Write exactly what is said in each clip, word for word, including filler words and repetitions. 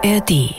R D.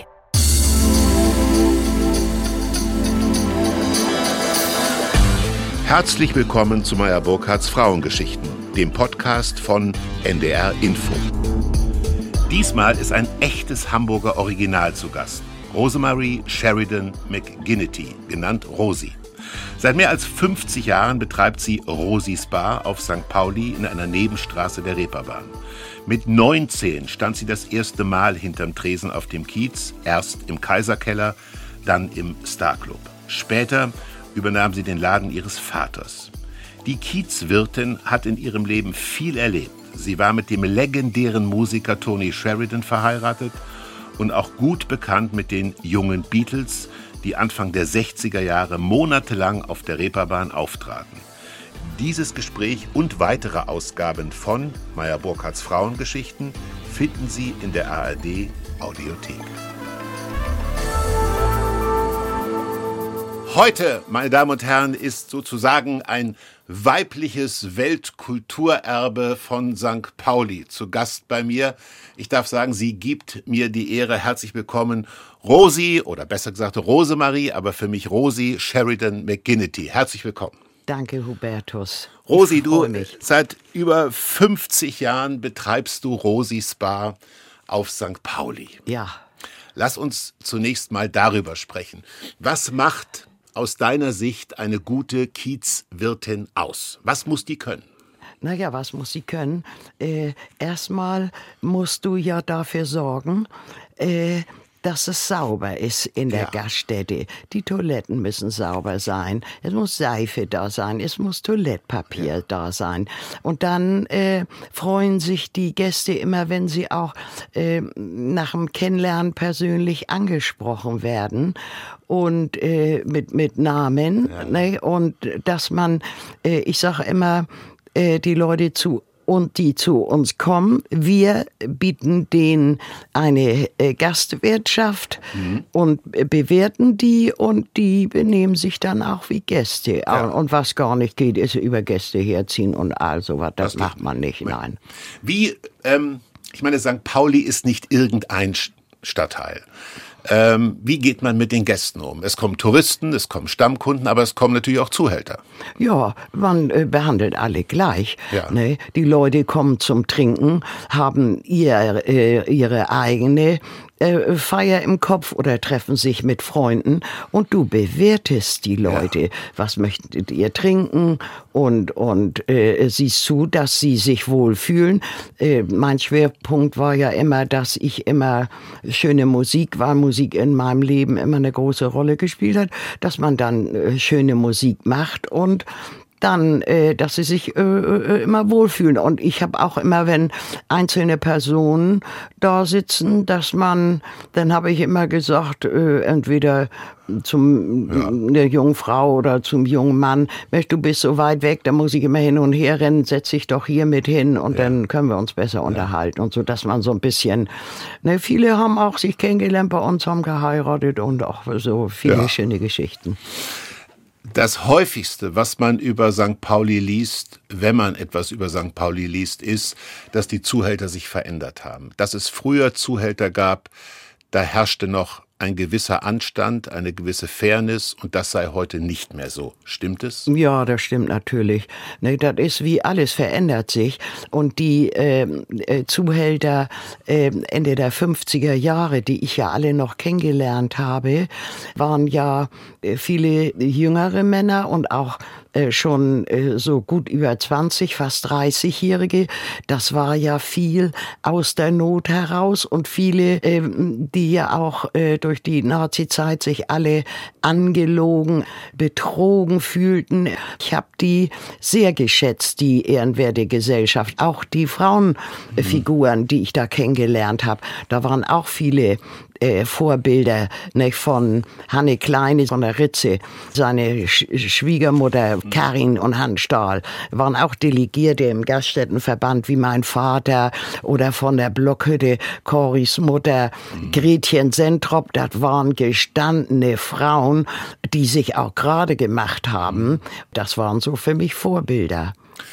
Herzlich willkommen zu Meyer Burkhardts Frauengeschichten, dem Podcast von N D R Info. Diesmal ist ein echtes Hamburger Original zu Gast. Rosemarie Sheridan McGinnity, genannt Rosi. Seit mehr als fünfzig Jahren betreibt sie Rosis Bar auf Sankt Pauli in einer Nebenstraße der Reeperbahn. Mit neunzehn stand sie das erste Mal hinterm Tresen auf dem Kiez, erst im Kaiserkeller, dann im Starclub. Später übernahm sie den Laden ihres Vaters. Die Kiezwirtin hat in ihrem Leben viel erlebt. Sie war mit dem legendären Musiker Tony Sheridan verheiratet und auch gut bekannt mit den jungen Beatles, die Anfang der sechziger Jahre monatelang auf der Reeperbahn auftraten. Dieses Gespräch und weitere Ausgaben von Meyer Burkhardts Frauengeschichten finden Sie in der A R D Audiothek. Heute, meine Damen und Herren, ist sozusagen ein weibliches Weltkulturerbe von Sankt Pauli zu Gast bei mir. Ich darf sagen, sie gibt mir die Ehre. Herzlich willkommen, Rosi, oder besser gesagt Rosemarie, aber für mich Rosi Sheridan McGinnity. Herzlich willkommen. Danke, Hubertus. Rosi, du mich. Seit über fünfzig Jahren betreibst du Rosis Bar auf Sankt Pauli. Ja. Lass uns zunächst mal darüber sprechen. Was macht aus deiner Sicht eine gute Kiezwirtin aus? Was muss die können? Naja, was muss sie können? Äh, erstmal musst du ja dafür sorgen, äh, dass es sauber ist in der ja. Gaststätte. Die Toiletten müssen sauber sein. Es muss Seife da sein. Es muss Toilettpapier ja. da sein. Und dann äh, freuen sich die Gäste immer, wenn sie auch äh, nach dem Kennenlernen persönlich angesprochen werden. Und äh, mit, mit Namen. Ja. Ne? Und dass man, äh, ich sage immer, äh, die Leute zu und die zu uns kommen. Wir bieten denen eine äh, Gastwirtschaft mhm. und äh, bewerten die und die benehmen sich dann auch wie Gäste. Ja. Und was gar nicht geht, ist über Gäste herziehen und all sowas. Das, das macht man nicht, nein. Wie, ähm, ich meine, Sankt Pauli ist nicht irgendein Stadtteil. Ähm, wie geht man mit den Gästen um? Es kommen Touristen, es kommen Stammkunden, aber es kommen natürlich auch Zuhälter. Ja, man äh, behandelt alle gleich. Ja. Ne? Die Leute kommen zum Trinken, haben ihr, äh, ihre eigene äh, Feier im Kopf oder treffen sich mit Freunden und du bewertest die Leute. Ja. Was möchtet ihr trinken? Und, und äh, siehst zu, dass sie sich wohlfühlen. Äh, mein Schwerpunkt war ja immer, dass ich immer schöne Musik war, Musik in meinem Leben immer eine große Rolle gespielt hat, dass man dann äh, schöne Musik macht und dann, äh, dass sie sich äh, immer wohlfühlen. Und ich habe auch immer, wenn einzelne Personen da sitzen, dass man, dann habe ich immer gesagt, äh, entweder zum ja. eine jungen Frau oder zum jungen Mann, Mensch, du bist so weit weg, da muss ich immer hin und her rennen, setz dich doch hier mit hin und ja. dann können wir uns besser ja. unterhalten und so, dass man so ein bisschen, ne, viele haben auch sich kennengelernt bei uns, haben geheiratet und auch so viele ja. schöne Geschichten. Das häufigste, was man über Sankt Pauli liest, wenn man etwas über Sankt Pauli liest, ist, dass die Zuhälter sich verändert haben. Dass es früher Zuhälter gab, da herrschte noch ein gewisser Anstand, eine gewisse Fairness und das sei heute nicht mehr so. Stimmt es? Ja, das stimmt natürlich. Ne, das ist wie alles verändert sich und die äh, äh, Zuhälter äh, Ende der fünfziger Jahre, die ich ja alle noch kennengelernt habe, waren ja äh, viele jüngere Männer und auch äh, schon äh, so gut über zwanzig, fast dreißigjährige. Das war ja viel aus der Not heraus und viele, äh, die ja auch äh, durch die Nazi-Zeit sich alle angelogen, betrogen fühlten. Ich habe die sehr geschätzt, die ehrenwerte Gesellschaft. Auch die Frauenfiguren, die ich da kennengelernt habe, da waren auch viele äh, Vorbilder, ne, von Hanne Kleine, von der Ritze, seine Sch- Schwiegermutter Karin und Hans Stahl, waren auch Delegierte im Gaststättenverband wie mein Vater oder von der Blockhütte Coris Mutter mhm. Gretchen Sentrop. Das waren gestandene Frauen, die sich auch gerade gemacht haben. Das waren so für mich Vorbilder.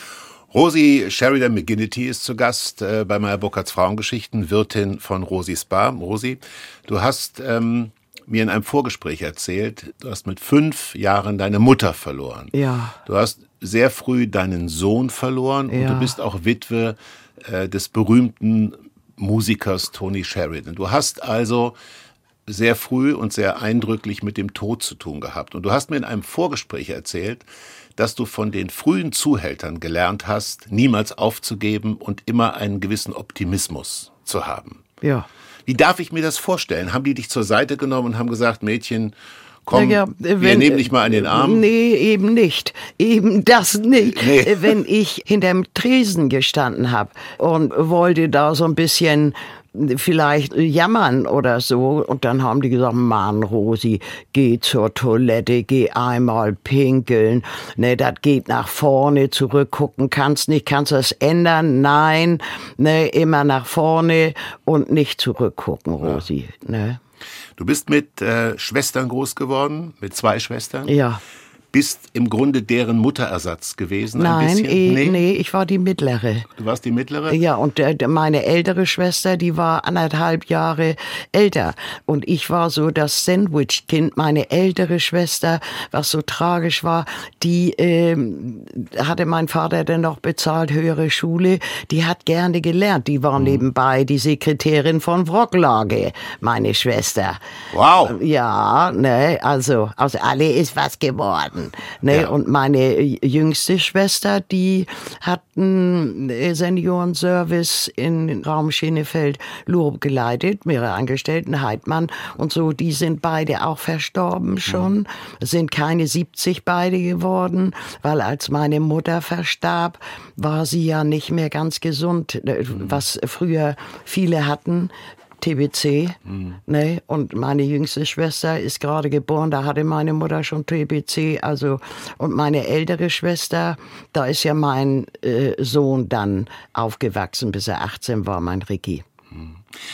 Rosi Sheridan McGinnity ist zu Gast äh, bei Meyer Burkhardts Frauengeschichten, Wirtin von Rosis Bar. Rosi, du hast ähm, mir in einem Vorgespräch erzählt, du hast mit fünf Jahren deine Mutter verloren. Ja. Du hast sehr früh deinen Sohn verloren Ja. und du bist auch Witwe äh, des berühmten Musikers Tony Sheridan. Du hast also sehr früh und sehr eindrücklich mit dem Tod zu tun gehabt. Und du hast mir in einem Vorgespräch erzählt, dass du von den frühen Zuhältern gelernt hast, niemals aufzugeben und immer einen gewissen Optimismus zu haben. Ja. Wie darf ich mir das vorstellen? Haben die dich zur Seite genommen und haben gesagt, Mädchen, komm, Ja, wir wenn, nehmen dich mal an den Arm? Nee, eben nicht. Eben das nicht. Nee. Wenn ich hinterm Tresen gestanden habe und wollte da so ein bisschen vielleicht jammern oder so. Und dann haben die gesagt, Mann, Rosi, geh zur Toilette, geh einmal pinkeln. Ne, das geht nach vorne, zurückgucken kannst nicht. Kannst du das ändern? Nein. Ne, immer nach vorne und nicht zurückgucken, Rosi. Ja. Ne? Du bist mit äh, Schwestern groß geworden, mit zwei Schwestern. Ja. Bist im Grunde deren Mutterersatz gewesen, Nein, ein bisschen? Eh, nee? nee, ich war die Mittlere. Du warst die Mittlere? Ja, und äh, meine ältere Schwester, die war anderthalb Jahre älter. Und ich war so das Sandwich-Kind. Meine ältere Schwester, was so tragisch war, die ähm, hatte mein Vater dann noch bezahlt, höhere Schule. Die hat gerne gelernt. Die war mhm. nebenbei die Sekretärin von Wrocklage, meine Schwester. Wow. Ja, ne, also aus alle ist was geworden. Ne? Ja. Und meine jüngste Schwester, die hat einen Seniorenservice in Raum Schenefeld-Lurup geleitet, mehrere Angestellten, Heidmann und so, die sind beide auch verstorben schon, mhm. sind keine siebzig beide geworden, weil als meine Mutter verstarb, war sie ja nicht mehr ganz gesund, mhm. was früher viele hatten. T B C, mhm. ne? Und meine jüngste Schwester ist gerade geboren, da hatte meine Mutter schon T B C, also, und meine ältere Schwester, da ist ja mein äh, Sohn dann aufgewachsen, bis er achtzehn war, mein Ricky. Mhm.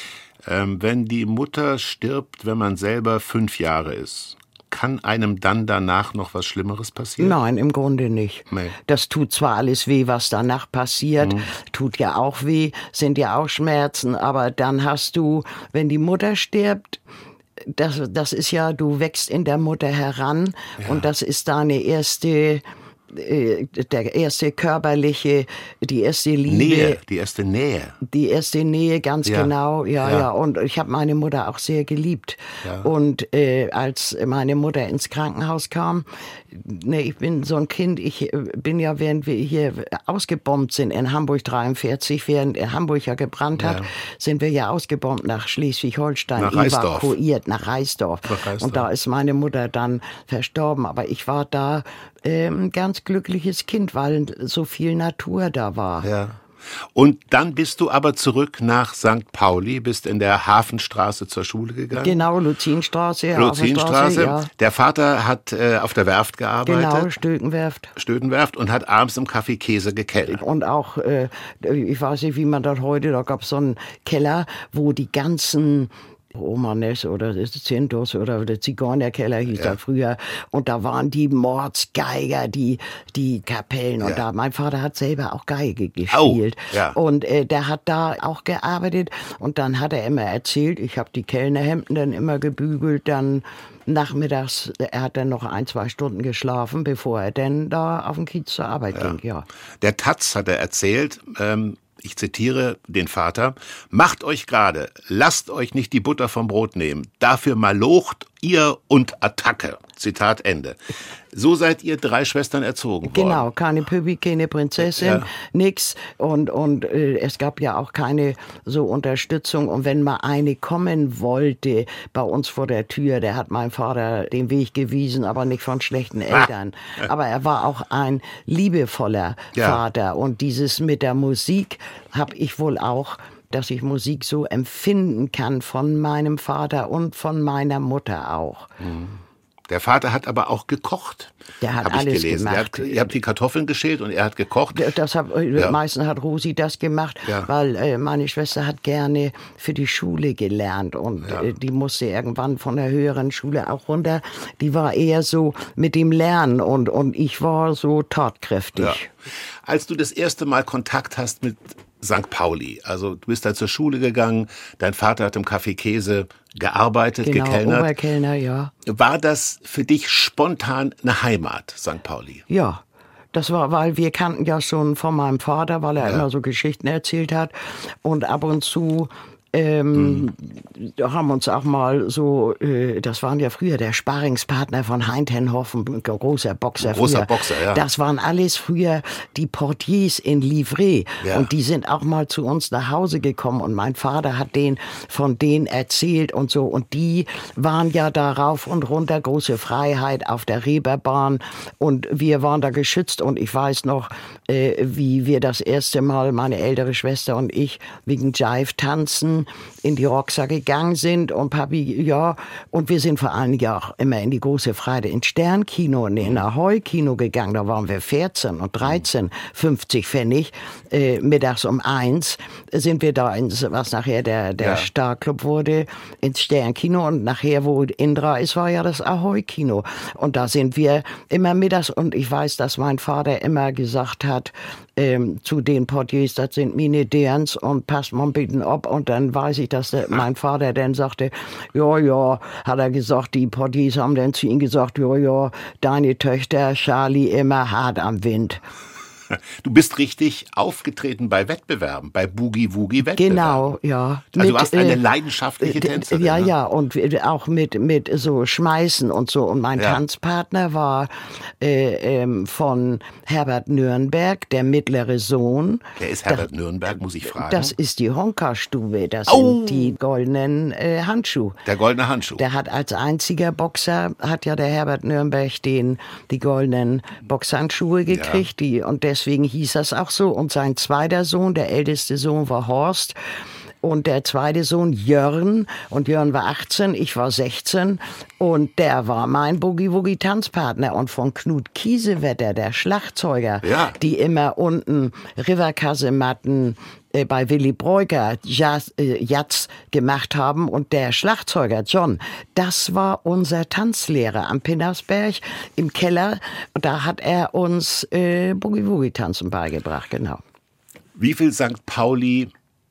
Ähm, wenn die Mutter stirbt, wenn man selber fünf Jahre ist, kann einem dann danach noch was Schlimmeres passieren? Nein, im Grunde nicht. Nee. Das tut zwar alles weh, was danach passiert, mhm. tut ja auch weh, sind ja auch Schmerzen, aber dann hast du, wenn die Mutter stirbt, das, das ist ja, du wächst in der Mutter heran ja. und das ist deine erste... der erste körperliche, die erste Liebe. Nähe, die erste Nähe. Die erste Nähe, ganz ja. genau, ja, ja, ja. Und ich habe meine Mutter auch sehr geliebt. Ja. Und äh, als meine Mutter ins Krankenhaus kam, ne, ich bin so ein Kind, ich bin ja, während wir hier ausgebombt sind in Hamburg dreiundvierzig, während Hamburg ja gebrannt hat, ja. sind wir ja ausgebombt nach Schleswig-Holstein, nach evakuiert nach Reisdorf. nach Reisdorf. Und da ist meine Mutter dann verstorben. Aber ich war da äh, ein ganz glückliches Kind, weil so viel Natur da war. Ja. Und dann bist du aber zurück nach Sankt Pauli, bist in der Hafenstraße zur Schule gegangen? Genau, Luzinstraße. Ja, Luzinstraße. Ja. Der Vater hat äh, auf der Werft gearbeitet. Genau, Stötenwerft. Stötenwerft und hat abends im Café Käse gekellert. Und auch, äh, ich weiß nicht, wie man das heute, da gab es so einen Keller, wo die ganzen Romanes oder Zintos oder der Zigeunerkeller hieß ja. da früher. Und da waren die Mordsgeiger, die, die Kapellen. Und ja. da, mein Vater hat selber auch Geige gespielt. Oh, ja. Und äh, der hat da auch gearbeitet. Und dann hat er immer erzählt, ich habe die Kellnerhemden dann immer gebügelt, dann nachmittags, er hat dann noch ein, zwei Stunden geschlafen, bevor er dann da auf den Kiez zur Arbeit ja. ging. Ja. Der Taz hat er erzählt, ähm, ich zitiere den Vater, macht euch gerade, lasst euch nicht die Butter vom Brot nehmen, dafür malocht ihr und Attacke. Zitat Ende. So seid ihr drei Schwestern erzogen worden. Genau, keine Püppi, keine Prinzessin, ja. nix. Und, und äh, es gab ja auch keine so Unterstützung. Und wenn mal eine kommen wollte bei uns vor der Tür, der hat mein Vater den Weg gewiesen, aber nicht von schlechten Eltern. Ah. Aber er war auch ein liebevoller ja. Vater. Und dieses mit der Musik habe ich wohl auch, dass ich Musik so empfinden kann von meinem Vater und von meiner Mutter auch. Mhm. Der Vater hat aber auch gekocht. Der hat hab ich alles gelesen. gemacht. Er hat, ihr habt die Kartoffeln geschält und er hat gekocht. Das hab, Ja. Meistens hat Rosi das gemacht, Ja. weil äh, meine Schwester hat gerne für die Schule gelernt und Ja. äh, die musste irgendwann von der höheren Schule auch runter. Die war eher so mit dem Lernen und, und ich war so tatkräftig. Ja. Als du das erste Mal Kontakt hast mit Sankt Pauli, also du bist da zur Schule gegangen, dein Vater hat im Café Käse gearbeitet, Genau, gekellnert. Oberkellner, ja. War das für dich spontan eine Heimat, Sankt Pauli? Ja, das war, weil wir kannten ja schon von meinem Vater, weil er Ja. immer so Geschichten erzählt hat. Und ab und zu ähm, Mhm. haben uns auch mal so, äh, das waren ja früher der Sparringspartner von Heintenhoff, ein großer Boxer. Ein großer früher. Boxer, ja. Das waren alles früher die Portiers in Livret. Ja. Und die sind auch mal zu uns nach Hause gekommen. Und mein Vater hat denen von denen erzählt und so. Und die waren ja da rauf und runter, große Freiheit auf der Reeperbahn. Und wir waren da geschützt. Und ich weiß noch, äh, wie wir das erste Mal, meine ältere Schwester und ich, wegen Jive-Tanzen in die Roxa gegangen sind. Und Papi, ja, und wir sind vor allen Dingen auch immer in die große Freiheit, ins Sternkino und in Ahoy-Kino gegangen. Da waren wir vierzehn und dreizehn, fünfzig Pfennig. Äh, mittags um eins sind wir da ins, was nachher der, der Ja. Starclub wurde, ins Sternkino. Und nachher, wo Indra ist, war ja das Ahoy-Kino. Und da sind wir immer mittags. Und ich weiß, dass mein Vater immer gesagt hat, ähm, zu den Portiers, das sind meine Derns und passt mal bitte ab. Und dann weiß ich, dass der, mein Vater dann sagte, ja, ja, hat er gesagt, die Portiers haben dann zu ihm gesagt, ja, ja, deine Töchter, Charlie, immer hart am Wind. Du bist richtig aufgetreten bei Wettbewerben, bei Boogie-Woogie-Wettbewerben. Genau, ja. Also Mit, du warst eine äh, leidenschaftliche äh, d- Tänzerin. Ja, ne? ja, und auch mit, mit so Schmeißen und so. Und mein Ja. Tanzpartner war äh, ähm, von Herbert Nürnberg, der mittlere Sohn. Wer ist Herbert Nürnberg, muss ich fragen? Das ist die Honka-Stube, das Oh. sind die goldenen äh, Handschuhe. Der goldene Handschuh. Der hat als einziger Boxer, hat ja der Herbert Nürnberg den, die goldenen Boxhandschuhe gekriegt, die, und deswegen hieß das auch so. Und sein zweiter Sohn, der älteste Sohn war Horst. Und der zweite Sohn Jörn, und Jörn war achtzehn, ich war sechzehn, und der war mein Boogie-Woogie-Tanzpartner. Und von Knut Kiesewetter, der Schlagzeuger, Ja. die immer unten Riverkasematten äh, bei Willy Breuker Jazz, äh, Jazz gemacht haben, und der Schlagzeuger John, das war unser Tanzlehrer am Pinnersberg im Keller. Und da hat er uns äh, Boogie-Woogie-Tanzen beigebracht, genau. Wie viel Sankt Pauli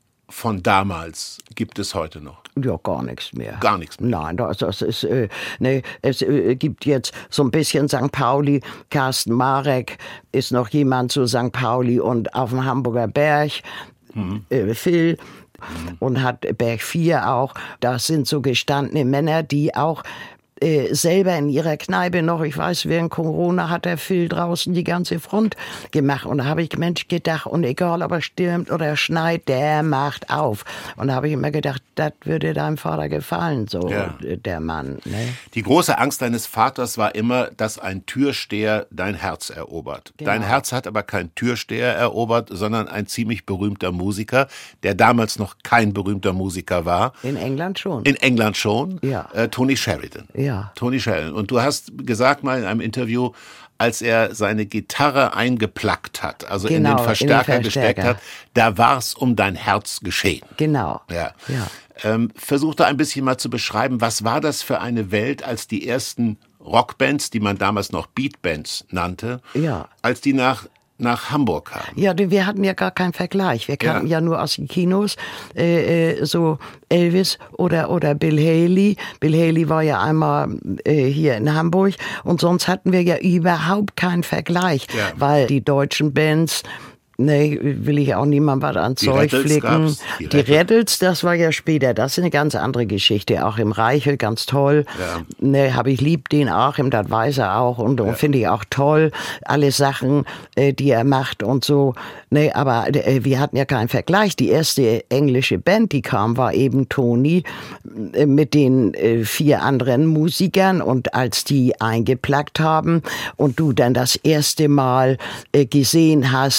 von damals gibt es heute noch? Ja, gar nichts mehr. Gar nichts mehr. Nein, das, das ist, äh, nee, es äh, gibt jetzt so ein bisschen Sankt Pauli. Carsten Marek ist noch jemand zu Sankt Pauli, und auf dem Hamburger Berg, mhm. äh, Phil, mhm. und hat Berg vier auch. Das sind so gestandene Männer, die auch äh, selber in ihrer Kneipe noch, ich weiß, während Corona hat der Phil draußen die ganze Front gemacht. Und da habe ich, Mensch, gedacht, und egal, ob er stürmt oder schneit, der macht auf. Und da habe ich immer gedacht, das würde deinem Vater gefallen, so Ja. der Mann. Ne? Die große Angst deines Vaters war immer, dass ein Türsteher dein Herz erobert. Genau. Dein Herz hat aber kein Türsteher erobert, sondern ein ziemlich berühmter Musiker, der damals noch kein berühmter Musiker war. In England schon. In England schon. Ja. Äh, Tony Sheridan. Ja. Tony Sheridan. Und du hast gesagt mal in einem Interview, als er seine Gitarre eingeplackt hat, also in Genau, den Verstärker, in den Verstärker. gesteckt hat, da war's um dein Herz geschehen. Genau. Ja. Ja. Ähm, versuch da ein bisschen mal zu beschreiben, was war das für eine Welt, als die ersten Rockbands, die man damals noch Beatbands nannte, Ja. als die nach nach Hamburg kamen. Ja, wir hatten ja gar keinen Vergleich. Wir kannten ja, Ja. ja nur aus den Kinos äh, äh, so Elvis oder oder Bill Haley. Bill Haley war ja einmal äh, hier in Hamburg, und sonst hatten wir ja überhaupt keinen Vergleich, Ja. weil die deutschen Bands, nee, will ich auch niemand was an Die Zeug Rattles flicken. gab's, Die, die Rattles. Rattles, das war ja später. Das ist eine ganz andere Geschichte. Auch im Reichel, ganz toll. Ja. Ne, habe ich lieb den Achim, das weiß er auch, und, und finde ich auch toll. Alle Sachen, äh, die er macht und so. Ne, aber äh, wir hatten ja keinen Vergleich. Die erste englische Band, die kam, war eben Tony äh, mit den äh, vier anderen Musikern. Und als die eingeplackt haben und du dann das erste Mal äh, gesehen hast, äh,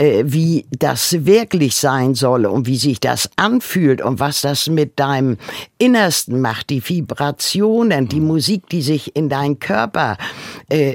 äh, wie das wirklich sein soll und wie sich das anfühlt und was das mit deinem Innersten macht, die Vibrationen, die Musik, die sich in deinen Körper äh,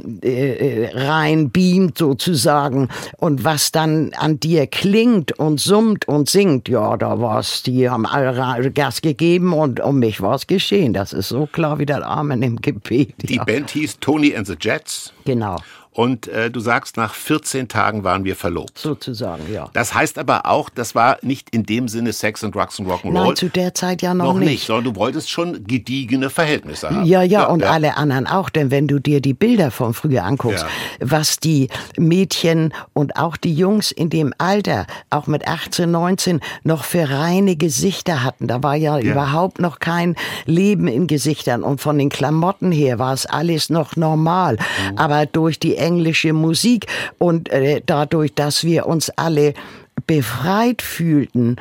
äh, reinbeamt sozusagen und was dann an dir klingt und summt und singt, ja, da war's, die haben alle Gas gegeben und um mich war's geschehen. Das ist so klar wie das Amen im Gebet. Die Ja. Band hieß Tony and the Jets. Genau. Und äh, du sagst, nach vierzehn Tagen waren wir verlobt. Sozusagen, ja. Das heißt aber auch, das war nicht in dem Sinne Sex and Drugs and Rock'n'Roll. Nein, zu der Zeit ja noch, noch nicht. nicht. Sondern du wolltest schon gediegene Verhältnisse haben. Ja, ja, und ja. alle anderen auch. Denn wenn du dir die Bilder von früher anguckst, Ja. was die Mädchen und auch die Jungs in dem Alter, auch mit achtzehn, neunzehn, noch für reine Gesichter hatten. Da war ja, Ja. überhaupt noch kein Leben in Gesichtern. Und von den Klamotten her war es alles noch normal. Mhm. Aber durch die englische Musik und äh, dadurch, dass wir uns alle befreit fühlten,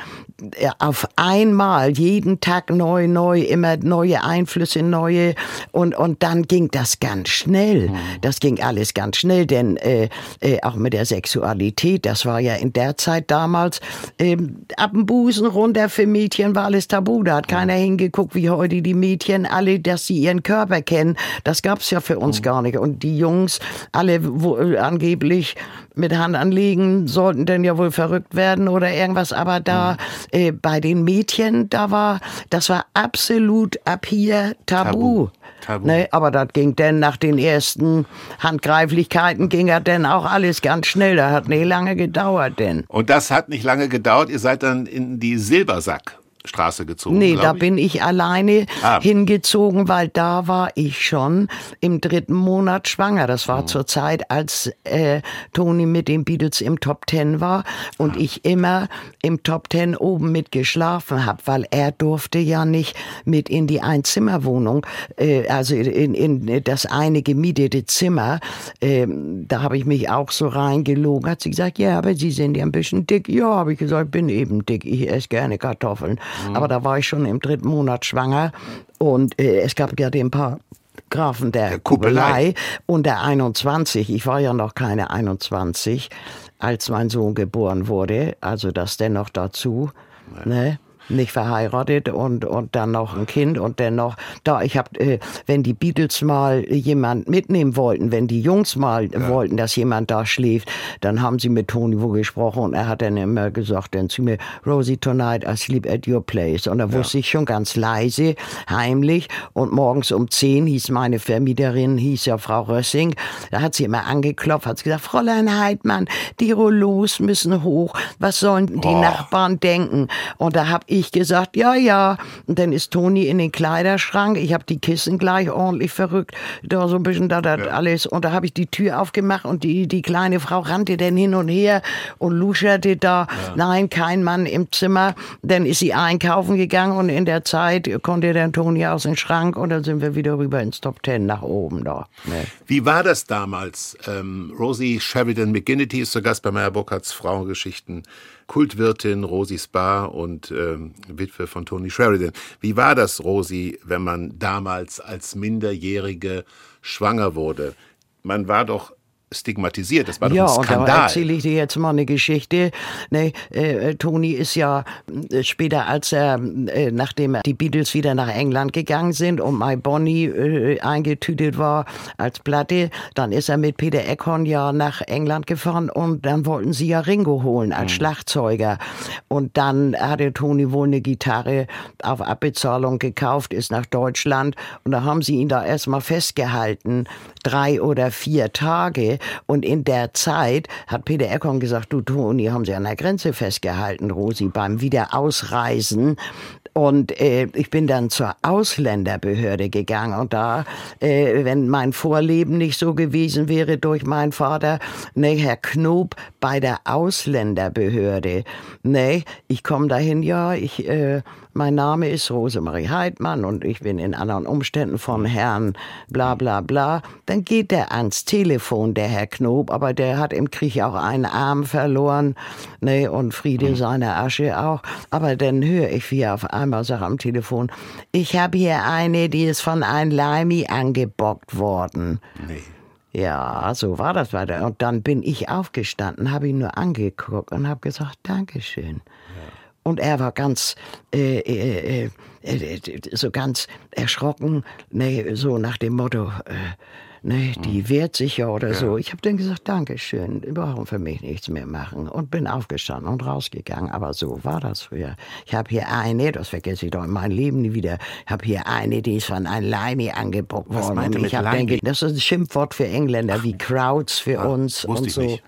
auf einmal, jeden Tag neu, neu, immer neue Einflüsse, neue und, und dann ging das ganz schnell. Das ging alles ganz schnell, denn äh, äh, auch mit der Sexualität, das war ja in der Zeit damals, äh, ab dem Busen runter für Mädchen war alles tabu, da hat keiner hingeguckt, wie heute die Mädchen alle, dass sie ihren Körper kennen, das gab's ja für uns gar nicht und die Jungs, alle wo, äh, angeblich mit Hand anlegen, sollten denn ja wohl verrückt werden oder irgendwas, aber da äh, bei den Mädchen, da war, das war absolut ab hier tabu. Tabu. Tabu. Ne, aber das ging dann nach den ersten Handgreiflichkeiten ging das dann auch alles ganz schnell, das hat nicht lange gedauert denn. Und das hat nicht lange gedauert, ihr seid dann in die Silbersack Straße gezogen. Nee, da ich. bin ich alleine ah. hingezogen, weil da war ich schon im dritten Monat schwanger. Das war oh. zur Zeit, als äh, Tony mit den Beatles im Top Ten war und ah. ich immer im Top Ten oben mit geschlafen habe, weil er durfte ja nicht mit in die Einzimmerwohnung, äh, also in, in das eine gemietete Zimmer. Äh, da habe ich mich auch so reingelogen. Hat sie gesagt, ja, aber Sie sind ja ein bisschen dick. Ja, habe ich gesagt, ich bin eben dick. Ich esse gerne Kartoffeln. Aber da war ich schon im dritten Monat schwanger und äh, es gab ja den Paragraphen der, der Kuppelei und der einundzwanzig. Ich war ja noch keine einundzwanzig, als mein Sohn geboren wurde. Also das dennoch dazu, ne? Nicht verheiratet und und dann noch ein Kind und dann noch da ich habe äh, wenn die Beatles mal jemand mitnehmen wollten, wenn die Jungs mal ja. wollten, dass jemand da schläft, dann haben sie mit Tony wo gesprochen und er hat dann immer gesagt dann zu mir, Rosie, tonight I sleep at your place und da ja. wusste ich schon ganz leise, heimlich und morgens um zehn hieß meine Vermieterin, hieß ja Frau Rössing, da hat sie immer angeklopft, hat sie gesagt, Fräulein Heidmann, die Rollos müssen hoch, was sollen die oh. Nachbarn denken und da habe ich gesagt, ja, ja. Und dann ist Toni in den Kleiderschrank. Ich habe die Kissen gleich ordentlich verrückt. Da so ein bisschen da, da ja. alles. Und da habe ich die Tür aufgemacht und die, die kleine Frau rannte dann hin und her und luscherte da. Ja. Nein, kein Mann im Zimmer. Dann ist sie einkaufen gegangen und in der Zeit konnte dann Toni aus dem Schrank und dann sind wir wieder rüber ins Top Ten nach oben da. Ne. Wie war das damals? Ähm, Rosie Sheridan McGinnity ist zu Gast bei Meyer Burkhardts Frauengeschichten. Kultwirtin, Rosie Spa und ähm, Witwe von Tony Sheridan. Wie war das, Rosie, wenn man damals als Minderjährige schwanger wurde? Man war doch stigmatisiert, das war doch ja, ein Skandal. Und da erzähle ich dir jetzt mal eine Geschichte. Ne, äh, Tony ist ja äh, später, als er, äh, nachdem die Beatles wieder nach England gegangen sind und My Bonnie äh, eingetütet war als Platte, dann ist er mit Peter Eckhorn ja nach England gefahren und dann wollten sie ja Ringo holen als mhm. Schlagzeuger. Und dann hatte Tony wohl eine Gitarre auf Abbezahlung gekauft, ist nach Deutschland und da haben sie ihn da erstmal festgehalten, drei oder vier Tage. Und in der Zeit hat Peter Eckhorn gesagt, du Toni, haben sie an der Grenze festgehalten, Rosi, beim Wiederausreisen. Und äh, ich bin dann zur Ausländerbehörde gegangen und da, äh, wenn mein Vorleben nicht so gewesen wäre durch meinen Vater, ne, Herr Knob bei der Ausländerbehörde, ne, ich komme dahin, ja, ich, äh, mein Name ist Rosemarie Heidmann und ich bin in anderen Umständen von Herrn bla bla bla, dann geht der ans Telefon, der Herr Knob, aber der hat im Krieg auch einen Arm verloren, ne, und Friede seiner Asche auch, aber dann höre ich, wie er auf einmal sagt am Telefon, ich habe hier eine, die ist von einem Leimi angebockt worden. Nee. Ja, so war das weiter. Und dann bin ich aufgestanden, habe ihn nur angeguckt und habe gesagt, Dankeschön. Ja. Und er war ganz, äh, äh, äh, so ganz erschrocken, ne, so nach dem Motto, äh, ne, die wehrt sich ja oder ja. so. Ich habe dann gesagt, Dankeschön, überhaupt für mich nichts mehr machen. Und bin aufgestanden und rausgegangen. Aber so war das früher. Ich habe hier eine, das vergesse ich doch in meinem Leben nie wieder, ich habe hier eine, die ist von einem Limey angebockt worden. Was meinte und ich habe denke, das ist ein Schimpfwort für Engländer, wie Krauts für ah, uns und so. Nicht.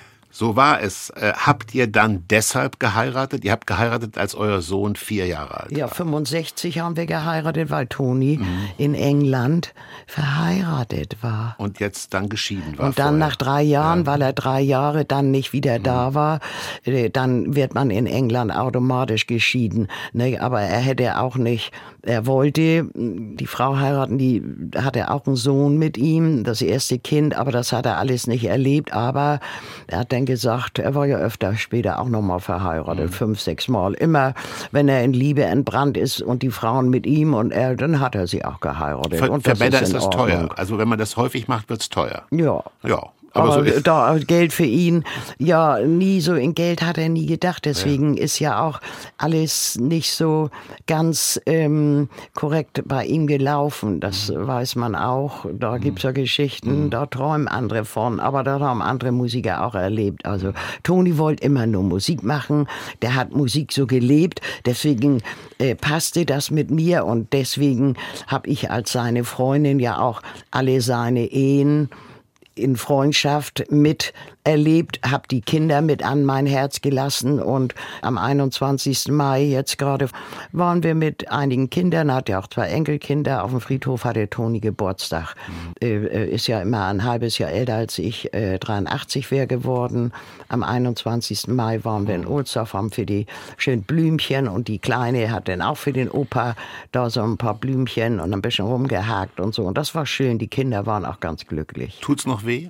So war es. Äh, habt ihr dann deshalb geheiratet? Ihr habt geheiratet, als euer Sohn vier Jahre alt war. Ja, fünfundsechzig haben wir geheiratet, weil Toni mhm. in England verheiratet war. Und jetzt dann geschieden war. Und dann vorher. nach drei Jahren, ja. weil er drei Jahre dann nicht wieder mhm. da war, dann wird man in England automatisch geschieden. Ne? Aber er hätte auch nicht, er wollte die Frau heiraten, die hatte auch einen Sohn mit ihm, das erste Kind, aber das hat er alles nicht erlebt. Aber er hat dann gesagt, er war ja öfter später auch nochmal verheiratet, mhm. fünf, sechs Mal. Immer, wenn er in Liebe entbrannt ist und die Frauen mit ihm und er, dann hat er sie auch geheiratet. Für, und für das Männer ist, ist das teuer. Also wenn man das häufig macht, wird's teuer. Ja. Ja. Aber, aber so da Geld für ihn, ja, nie so in Geld hat er nie gedacht. Deswegen ja. ist ja auch alles nicht so ganz ähm, korrekt bei ihm gelaufen. Das mhm. weiß man auch. Da mhm. gibt's ja Geschichten, mhm. da träumen andere von. Aber da haben andere Musiker auch erlebt. Also Toni wollte immer nur Musik machen. Der hat Musik so gelebt. Deswegen äh, passte das mit mir. Und deswegen habe ich als seine Freundin ja auch alle seine Ehen in Freundschaft miterlebt, habe die Kinder mit an mein Herz gelassen und am einundzwanzigsten Mai jetzt gerade waren wir mit einigen Kindern, hat ja auch zwei Enkelkinder, auf dem Friedhof hatte Toni Geburtstag. Mhm. Äh, ist ja immer ein halbes Jahr älter als ich, äh, dreiundachtzig wäre geworden. Am einundzwanzigsten Mai waren wir in Ohlsdorf, haben für die schön Blümchen und die Kleine hat dann auch für den Opa da so ein paar Blümchen und ein bisschen rumgehakt und so und das war schön, die Kinder waren auch ganz glücklich. Tut's noch weh?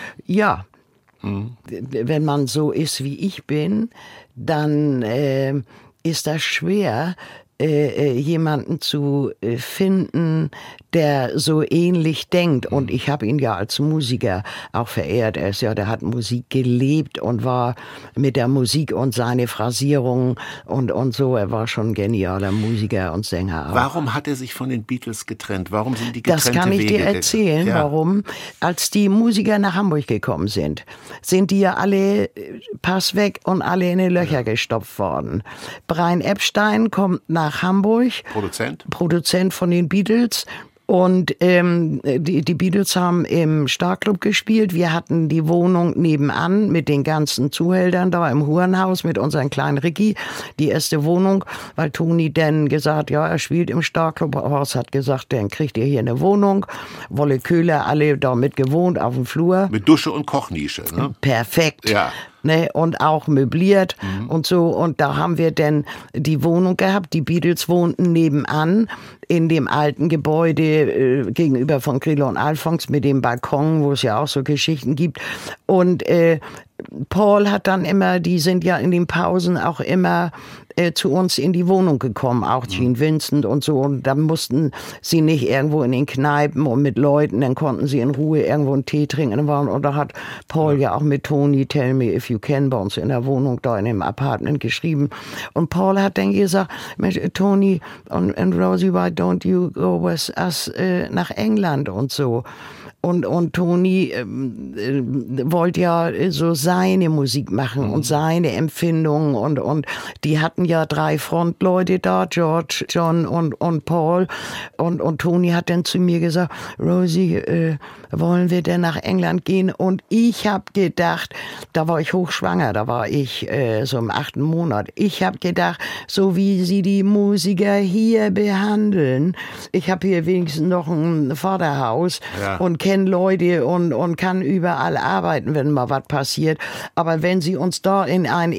Ja. Mhm. Wenn man so ist, wie ich bin, dann äh, ist das schwer, äh, jemanden zu äh, finden, der so ähnlich denkt. Und ich habe ihn ja als Musiker auch verehrt. Er ist ja, der hat Musik gelebt und war mit der Musik und seine Phrasierung und, und so. Er war schon ein genialer Musiker und Sänger auch. Warum hat er sich von den Beatles getrennt? Warum sind die getrennte Wege? Das kann ich Wege? dir erzählen, ja. Warum. Als die Musiker nach Hamburg gekommen sind, sind die ja alle Pass weg und alle in die Löcher ja. gestopft worden. Brian Epstein kommt nach Hamburg. Produzent? Produzent von den Beatles. Und ähm, die, die Beatles haben im Starclub gespielt. Wir hatten die Wohnung nebenan mit den ganzen Zuhältern da im Hurenhaus mit unserem kleinen Ricky. Die erste Wohnung, weil Toni dann gesagt, ja, er spielt im Starclub. Horst hat gesagt, dann kriegt ihr hier eine Wohnung. Wolle Köhler, alle da mit gewohnt auf dem Flur. Mit Dusche und Kochnische, ne? Perfekt. Ja. Ne, und auch möbliert mhm. und so. Und da haben wir dann die Wohnung gehabt. Die Beatles wohnten nebenan in dem alten Gebäude äh, gegenüber von Grillo und Alphons mit dem Balkon, wo es ja auch so Geschichten gibt. Und äh, Paul hat dann immer, die sind ja in den Pausen auch immer äh, zu uns in die Wohnung gekommen, auch Gene Vincent und so. Und dann mussten sie nicht irgendwo in den Kneipen und mit Leuten, dann konnten sie in Ruhe irgendwo einen Tee trinken. Und da hat Paul ja, ja auch mit Toni Tell Me If You Can bei uns in der Wohnung, da in dem Apartment geschrieben. Und Paul hat dann gesagt, Mensch, Toni und, und Rosie, why don't you go with us äh, nach England und so. Und, und Toni ähm, äh, wollte ja so seine Musik machen mhm. und seine Empfindungen und, und die hatten ja drei Frontleute da, George, John und, und Paul und, und Toni hat dann zu mir gesagt, Rosie, äh, wollen wir denn nach England gehen? Und ich habe gedacht, da war ich hochschwanger, da war ich äh, so im achten Monat, ich habe gedacht, so wie sie die Musiker hier behandeln, ich habe hier wenigstens noch ein Vaterhaus ja. und kenne Leute und, und kann überall arbeiten, wenn mal was passiert. Aber wenn sie uns da in ein,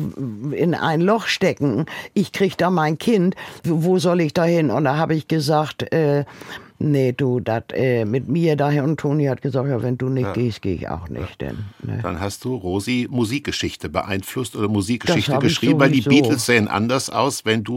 in ein Loch stecken, ich krieg da mein Kind, wo soll ich da hin? Und da habe ich gesagt, äh, nee, du, das äh, mit mir daher. Und Toni hat gesagt, ja, wenn du nicht ja. gehst, gehe ich auch nicht. Ja. Denn, ne? Dann hast du Rosie Musikgeschichte beeinflusst oder Musikgeschichte geschrieben, weil die Beatles sehen anders aus, wenn du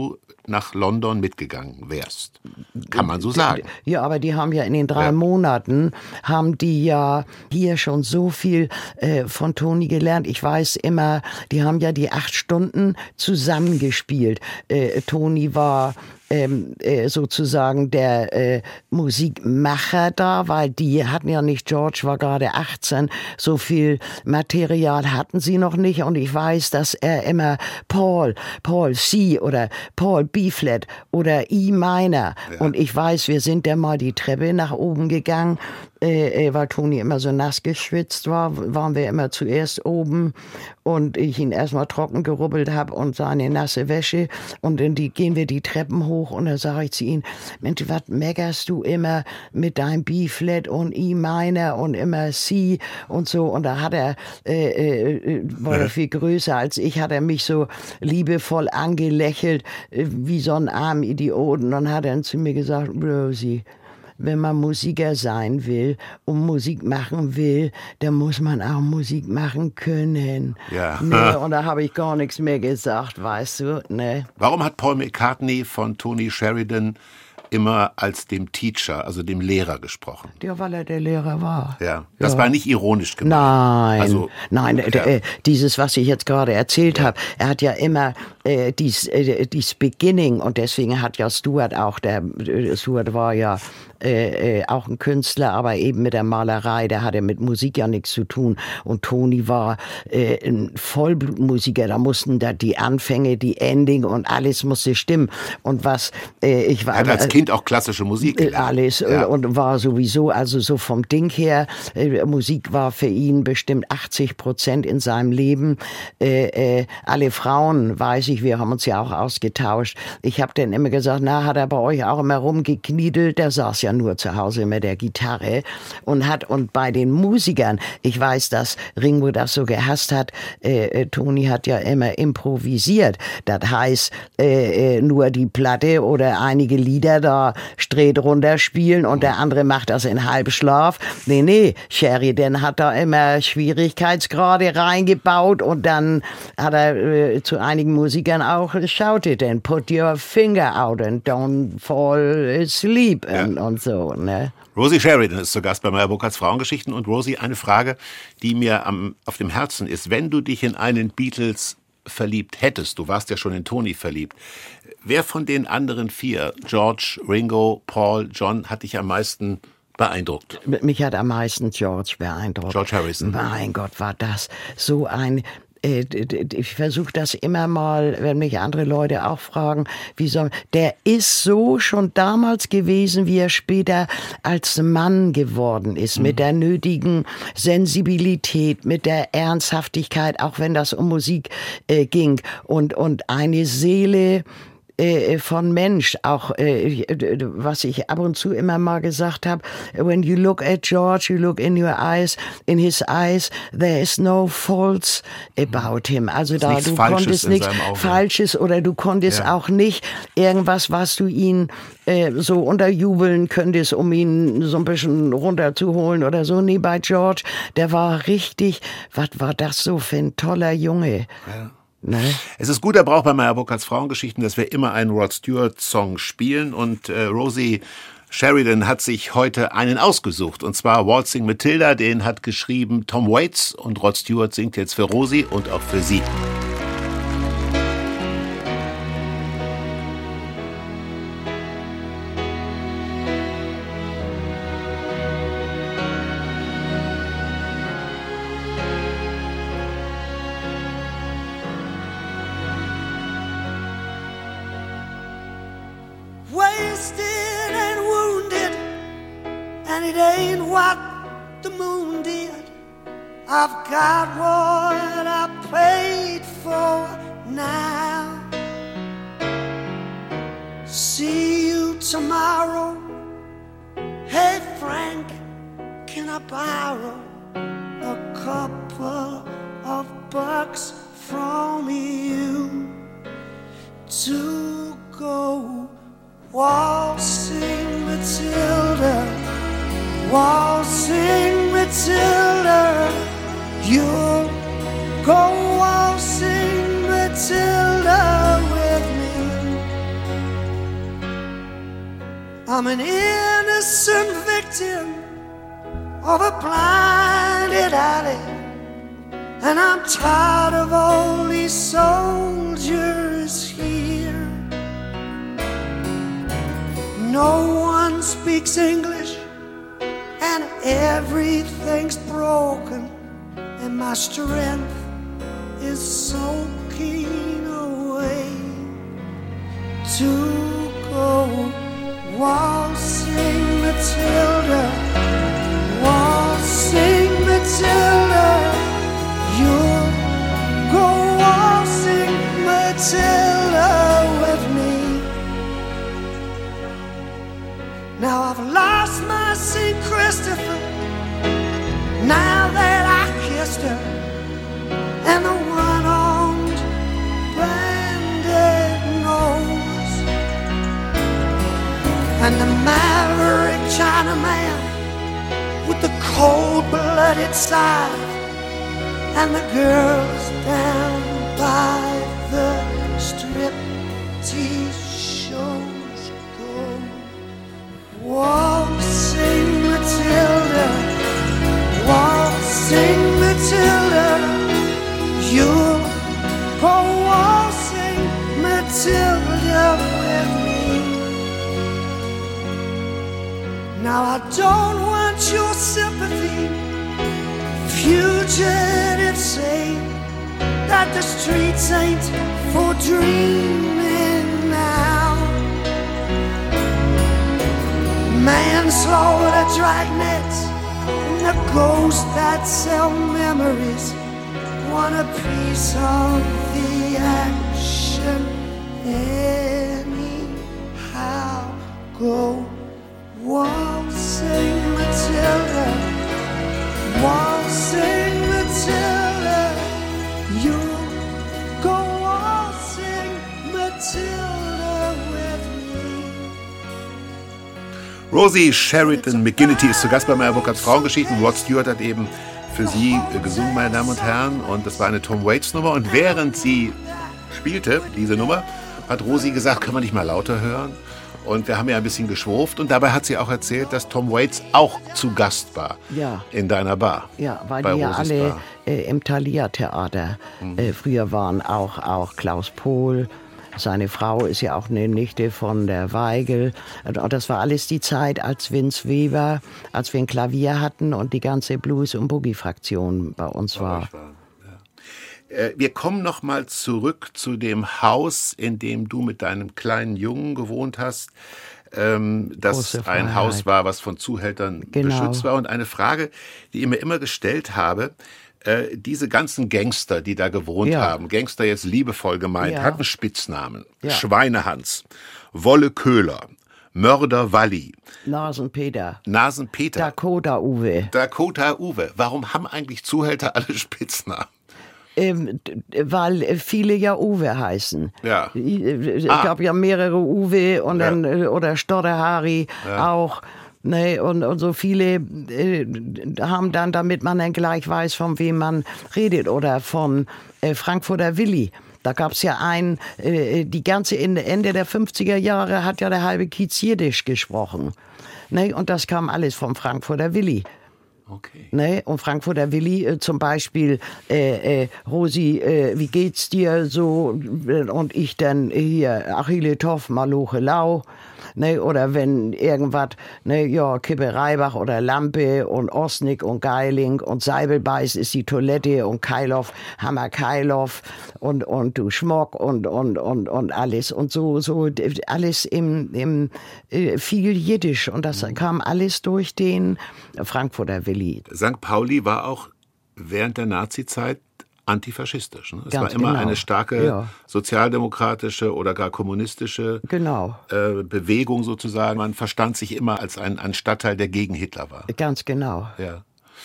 nach London mitgegangen wärst. Kann man so sagen. Ja, aber die haben ja in den drei ja. Monaten, haben die ja hier schon so viel äh, von Tony gelernt. Ich weiß immer, die haben ja die acht Stunden zusammengespielt. Äh, Tony war Ähm, äh, sozusagen der äh, Musikmacher da, weil die hatten ja nicht, George war gerade achtzehn, so viel Material hatten sie noch nicht und ich weiß, dass er immer Paul, Paul C oder Paul B-Flat oder E minor ja. und ich weiß, wir sind dann mal die Treppe nach oben gegangen, äh, weil Tony immer so nass geschwitzt war, waren wir immer zuerst oben und ich ihn erstmal trocken gerubbelt habe und seine nasse Wäsche und dann die, gehen wir die Treppen hoch und dann sage ich zu ihm, Mensch, was meckerst du immer mit deinem B-Flat und E minor und immer C und so und da hat er, äh, äh, war er viel größer als ich, hat er mich so liebevoll angelächelt, äh, wie so ein armer Idiot und dann hat er zu mir gesagt, Rosie, wenn man Musiker sein will und Musik machen will, dann muss man auch Musik machen können. Ja. Ne? Und da habe ich gar nichts mehr gesagt, weißt du. Ne? Warum hat Paul McCartney von Tony Sheridan immer als dem Teacher, also dem Lehrer gesprochen? Ja, weil er der Lehrer war. Ja, das ja. war nicht ironisch gemeint. Nein, also, nein, ja. äh, dieses, was ich jetzt gerade erzählt ja. habe, er hat ja immer äh, dies, äh, dies Beginning und deswegen hat ja Stuart auch, der äh, Stuart war ja Äh, äh, auch ein Künstler, aber eben mit der Malerei, der hatte mit Musik ja nichts zu tun. Und Tony war äh, ein Vollblutmusiker, da mussten da die Anfänge, die Ending und alles musste stimmen. Und was äh, ich war. Er hat als Kind auch klassische Musik gelernt. Alles ja. und war sowieso, also so vom Ding her, äh, Musik war für ihn bestimmt achtzig Prozent in seinem Leben. Äh, äh, alle Frauen, weiß ich, wir haben uns ja auch ausgetauscht. Ich habe dann immer gesagt, na, hat er bei euch auch immer rumgekniedelt, der saß ja ja nur zu Hause mit der Gitarre und hat, und bei den Musikern, ich weiß, dass Ringo das so gehasst hat, äh, Tony hat ja immer improvisiert. Das heißt, äh, nur die Platte oder einige Lieder da straight runterspielen und der andere macht das in Halbschlaf. Nee, nee, Sheridan hat da immer Schwierigkeitsgrade reingebaut und dann hat er äh, zu einigen Musikern auch shouted and put your finger out and don't fall asleep ja. und, und so, ne? Rosie Sheridan ist zu Gast bei Meyer Burkhardts Frauengeschichten. Und Rosie, eine Frage, die mir am, auf dem Herzen ist. Wenn du dich in einen Beatles verliebt hättest, du warst ja schon in Tony verliebt, wer von den anderen vier, George, Ringo, Paul, John, hat dich am meisten beeindruckt? Mich hat am meisten George beeindruckt. George Harrison. Mein Gott, war das so ein... Ich versuche das immer mal, wenn mich andere Leute auch fragen, wie soll, der ist so schon damals gewesen, wie er später als Mann geworden ist, mhm. mit der nötigen Sensibilität, mit der Ernsthaftigkeit, auch wenn das um Musik äh, ging und, und eine Seele von Mensch, auch was ich ab und zu immer mal gesagt habe, when you look at George, you look in your eyes, in his eyes, there is no faults about him. Also da du konntest nichts Falsches oder du konntest ja. auch nicht irgendwas, was du ihn äh, so unterjubeln könntest, um ihn so ein bisschen runterzuholen oder so. Nee, bei George, der war richtig, was war das so für ein toller Junge. Ja. Nee. Es ist guter Brauch bei Meyer Burkhardts Frauengeschichten, dass wir immer einen Rod Stewart-Song spielen und äh, Rosie Sheridan hat sich heute einen ausgesucht und zwar Waltzing Matilda, den hat geschrieben Tom Waits und Rod Stewart singt jetzt für Rosie und auch für sie. I've got what I prayed for now. See you tomorrow. Hey Frank, can I borrow a couple of bucks from you to go waltzing Matilda, waltzing Matilda? You'll go waltzing Matilda with me. I'm an innocent victim of a blinded alley, and I'm tired of all these soldiers here. No one speaks English, and everything's broken, and my strength is soaking away. To go waltzing Matilda, waltzing Matilda, you'll go waltzing Matilda with me. Now I've lost my Saint Christopher, now that I kissed her, and the one-armed bandit nose, and the maverick Chinaman with the cold-blooded side, and the girls down by the striptease shows go waltzing Matilda, waltzing Matilda, you'll go waltzing Matilda with me. Now I don't want your sympathy. Fugitives say that the streets ain't for dreaming now. Manslaughter, dragnets, and the ghosts that sell memories want a piece of the action anyhow. Go waltzing Matilda, waltzing Matilda, you'll go waltzing Matilda with me. Rosie Sheridan McGinnity ist zu Gast bei Meyer Burkhardts Frauengeschichten. Rod Stewart hat eben für sie gesungen, meine Damen und Herren, und das war eine Tom Waits Nummer. Und während sie spielte, diese Nummer, hat Rosie gesagt, kann man nicht mal lauter hören? Und wir haben ja ein bisschen geschwurft, und dabei hat sie auch erzählt, dass Tom Waits auch zu Gast war, ja, in deiner Bar. Ja, weil die ja alle äh, im Thalia-Theater mhm. äh, früher waren, auch, auch Klaus Pohl. Seine Frau ist ja auch eine Nichte von der Weigel. Und das war alles die Zeit, als Vince Weber, als wir ein Klavier hatten und die ganze Blues- und Boogie-Fraktion bei uns war. Wir kommen noch mal zurück zu dem Haus, in dem du mit deinem kleinen Jungen gewohnt hast, ähm, das ein Haus war, was von Zuhältern genau. beschützt war. Und eine Frage, die ich mir immer gestellt habe, äh, diese ganzen Gangster, die da gewohnt ja. haben, Gangster jetzt liebevoll gemeint, ja. hatten Spitznamen. Ja. Schweinehans, Wolle Köhler, Mörder Walli, Nasenpeter, Nasenpeter, Dakota Uwe. Dakota Uwe. Warum haben eigentlich Zuhälter alle Spitznamen? Ähm, weil viele ja Uwe heißen. Ja. Es ah. gab ja mehrere Uwe und dann, ja. oder Stodderhari ja. auch. Ne, und, und so viele äh, haben dann, damit man dann gleich weiß, von wem man redet. Oder von äh, Frankfurter Willi. Da gab es ja einen, äh, die ganze Ende der fünfziger Jahre hat ja der halbe Kiez Jiddisch gesprochen. Ne, und das kam alles vom Frankfurter Willi. Okay. Ne? Und Frankfurter Willi äh, zum Beispiel, äh, äh, Rosi, äh, wie geht's dir so? Und ich dann hier, Achille Toff, Maloche Lau. Ne? Oder wenn irgendwas, ne, ja, Kippe Reibach oder Lampe und Osnick und Geiling und Seibelbeiß ist die Toilette und Keiloff, Hammer Keiloff und, und du Schmock und, und, und, und alles. Und so, so alles im, im äh, viel Jiddisch. Und das kam alles durch den Frankfurter Willi. Sankt Pauli war auch während der Nazizeit antifaschistisch. Ne? Es Ganz war immer genau. eine starke ja. sozialdemokratische oder gar kommunistische genau. äh, Bewegung sozusagen. Man verstand sich immer als ein, ein Stadtteil, der gegen Hitler war. Ganz genau. Ja.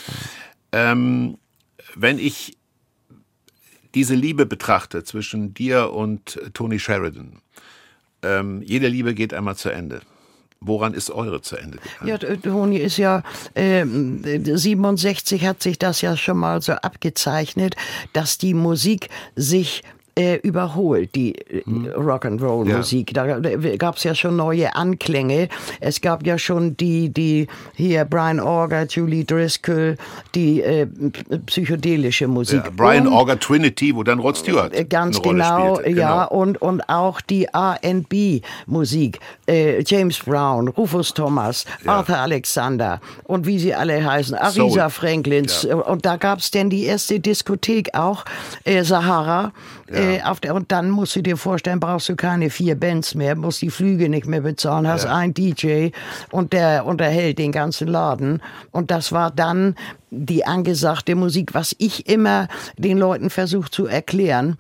Ähm, wenn ich diese Liebe betrachte zwischen dir und Tony Sheridan, ähm, jede Liebe geht einmal zu Ende. Woran ist eure zu Ende gegangen? Ja, Toni ist ja, äh, siebenundsechzig hat sich das ja schon mal so abgezeichnet, dass die Musik sich äh, überholt, die äh, hm. Rock'n'Roll-Musik. Ja. Da, da gab es ja schon neue Anklänge. Es gab ja schon die, die hier Brian Auger, Julie Driscoll, die äh, psychedelische Musik. Ja, Brian und, Auger Trinity, wo dann Rod Stewart äh, ganz eine Rolle genau, spielte. ja, Genau. und, und auch die R and B-Musik. Äh, James Brown, Rufus Thomas, ja. Arthur Alexander und wie sie alle heißen, Aretha Franklins. Ja. Und da gab es denn die erste Diskothek auch, äh, Sahara. Ja. Äh, auf der, und dann musst du dir vorstellen, brauchst du keine vier Bands mehr, musst die Flüge nicht mehr bezahlen, hast ja. einen D J und der unterhält den ganzen Laden. Und das war dann die angesagte Musik, was ich immer den Leuten versuche zu erklären.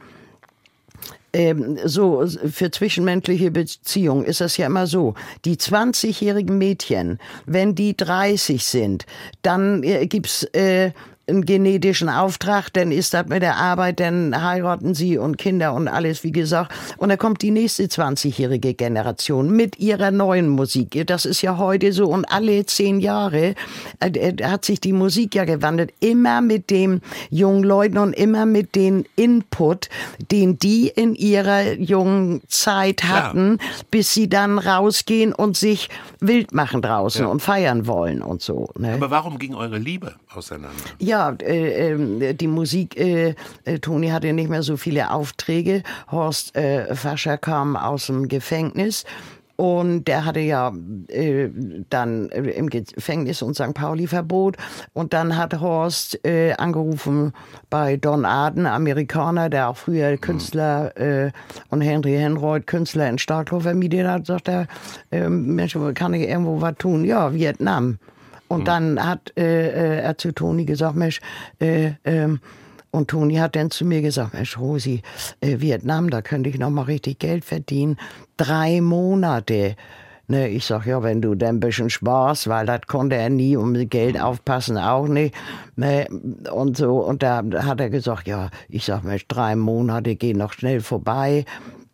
Ähm, so für zwischenmenschliche Beziehungen ist das ja immer so. Die zwanzigjährigen Mädchen, wenn die dreißig sind, dann äh, gibt's äh, einen genetischen Auftrag, dann ist das mit der Arbeit, dann heiraten sie und Kinder und alles, wie gesagt. Und dann kommt die nächste zwanzigjährige Generation mit ihrer neuen Musik. Das ist ja heute so. Und alle zehn Jahre äh, hat sich die Musik ja gewandelt. Immer mit den jungen Leuten und immer mit dem Input, den die in ihrer jungen Zeit hatten, ja. bis sie dann rausgehen und sich wild machen draußen ja. und feiern wollen und so. Ne? Aber warum ging eure Liebe auseinander? Ja, äh, äh, die Musik, äh, äh, Toni hatte nicht mehr so viele Aufträge. Horst äh, Fascher kam aus dem Gefängnis. Und der hatte ja äh, dann im Gefängnis und Sankt Pauli-Verbot. Und dann hat Horst äh, angerufen bei Don Arden, Amerikaner, der auch früher Künstler äh, und Henry Henroyd, Künstler in Starkloh vermietet hat. Sagt er, äh, Mensch, kann ich irgendwo was tun? Ja, Vietnam. Und dann hat äh, er zu Toni gesagt, Mensch, äh, ähm, und Toni hat dann zu mir gesagt, Mensch, Rosi, äh, Vietnam, da könnte ich noch mal richtig Geld verdienen. Drei Monate. Ne, ich sag, ja, wenn du dann ein bisschen sparst, weil das konnte er nie, um Geld aufpassen auch nicht. Ne, und so, und da hat er gesagt, ja, ich sag, Mensch, drei Monate gehen noch schnell vorbei.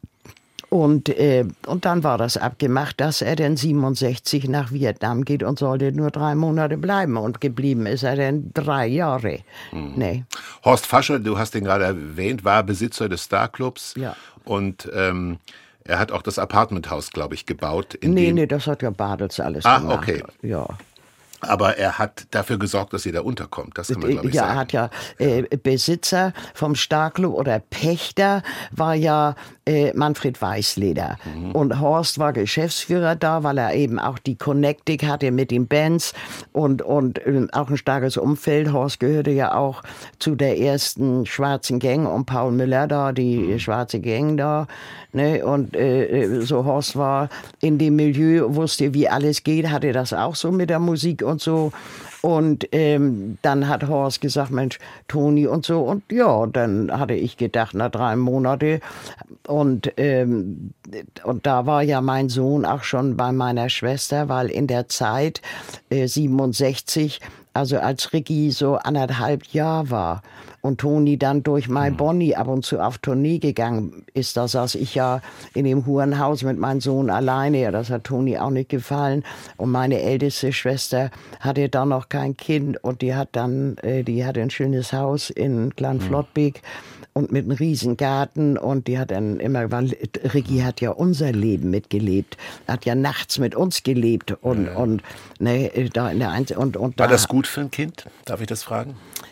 Und, äh, und dann war das abgemacht, dass er dann siebenundsechzig nach Vietnam geht und sollte nur drei Monate bleiben. Und geblieben ist er dann drei Jahre. Mhm. Nee. Horst Fascher, du hast ihn gerade erwähnt, war Besitzer des Starclubs. Ja. Und ähm, er hat auch das Apartmenthaus, glaube ich, gebaut. In nee, dem nee, das hat ja Bartels alles ah, gemacht. Ah, okay. Ja. Aber er hat dafür gesorgt, dass ihr da unterkommt. Das kann man, glaube ich, ja, sagen. Er hat ja äh, Besitzer vom Starclub oder Pächter war ja äh, Manfred Weißleder. Mhm. Und Horst war Geschäftsführer da, weil er eben auch die Connecting hatte mit den Bands und, und äh, auch ein starkes Umfeld. Horst gehörte ja auch zu der ersten schwarzen Gang um Paul Müller da, die mhm. schwarze Gang da. Ne? Und äh, so Horst war in dem Milieu, wusste, wie alles geht, hatte das auch so mit der Musik und so. Und ähm, dann hat Horst gesagt, Mensch, Toni und so. Und ja, dann hatte ich gedacht, na, drei Monate. Und, ähm, und da war ja mein Sohn auch schon bei meiner Schwester, weil in der Zeit äh, siebenundsechzig, also als Ricky so anderthalb Jahre war und Toni dann durch My Bonnie ab und zu auf Tournee gegangen ist, da saß ich ja in dem Hurenhaus mit meinem Sohn alleine. Ja, das hat Toni auch nicht gefallen. Und meine älteste Schwester hatte da noch kein Kind und die hat dann, äh, die hatte ein schönes Haus in Glanflottbeek. Und mit einem riesen Garten und die hat dann immer, weil Ricky hat ja unser Leben mitgelebt, hat ja nachts mit uns gelebt und, ja. und, ne, da in der Einz- und, und War da, das gut für ein Kind? Darf ich das fragen?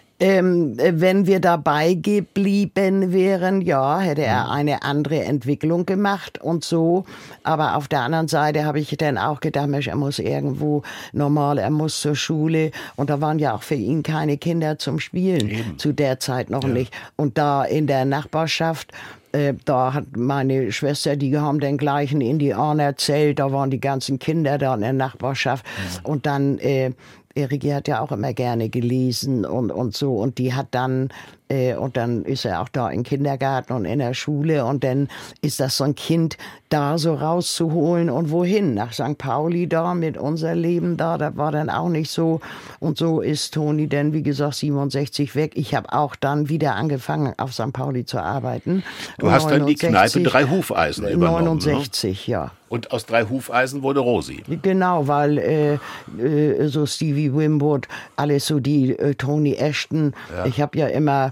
Ähm, wenn wir dabei geblieben wären, ja, hätte er eine andere Entwicklung gemacht und so. Aber auf der anderen Seite habe ich dann auch gedacht, Mensch, er muss irgendwo normal, er muss zur Schule. Und da waren ja auch für ihn keine Kinder zum Spielen. Eben. Zu der Zeit noch ja. nicht. Und da in der Nachbarschaft, äh, da hat meine Schwester, die haben den gleichen Indianer erzählt, da waren die ganzen Kinder da in der Nachbarschaft. Ja. Und dann... Äh, Ricky hat ja auch immer gerne gelesen und, und so. Und die hat dann, äh, und dann ist er auch da im Kindergarten und in der Schule. Und dann ist das so ein Kind da so rauszuholen. Und wohin? Nach Sankt Pauli da mit unser Leben da. Das war dann auch nicht so. Und so ist Toni dann, wie gesagt, siebenundsechzig weg. Ich habe auch dann wieder angefangen, auf Sankt Pauli zu arbeiten. Du hast dann die Kneipe Drei Hufeisen übernommen. neunundsechzig, ne? Ja. Und aus Drei Hufeisen wurde Rosi. Genau, weil äh, äh, so Stevie Winwood, alles so die äh, Toni Ashton. Ja. Ich habe ja immer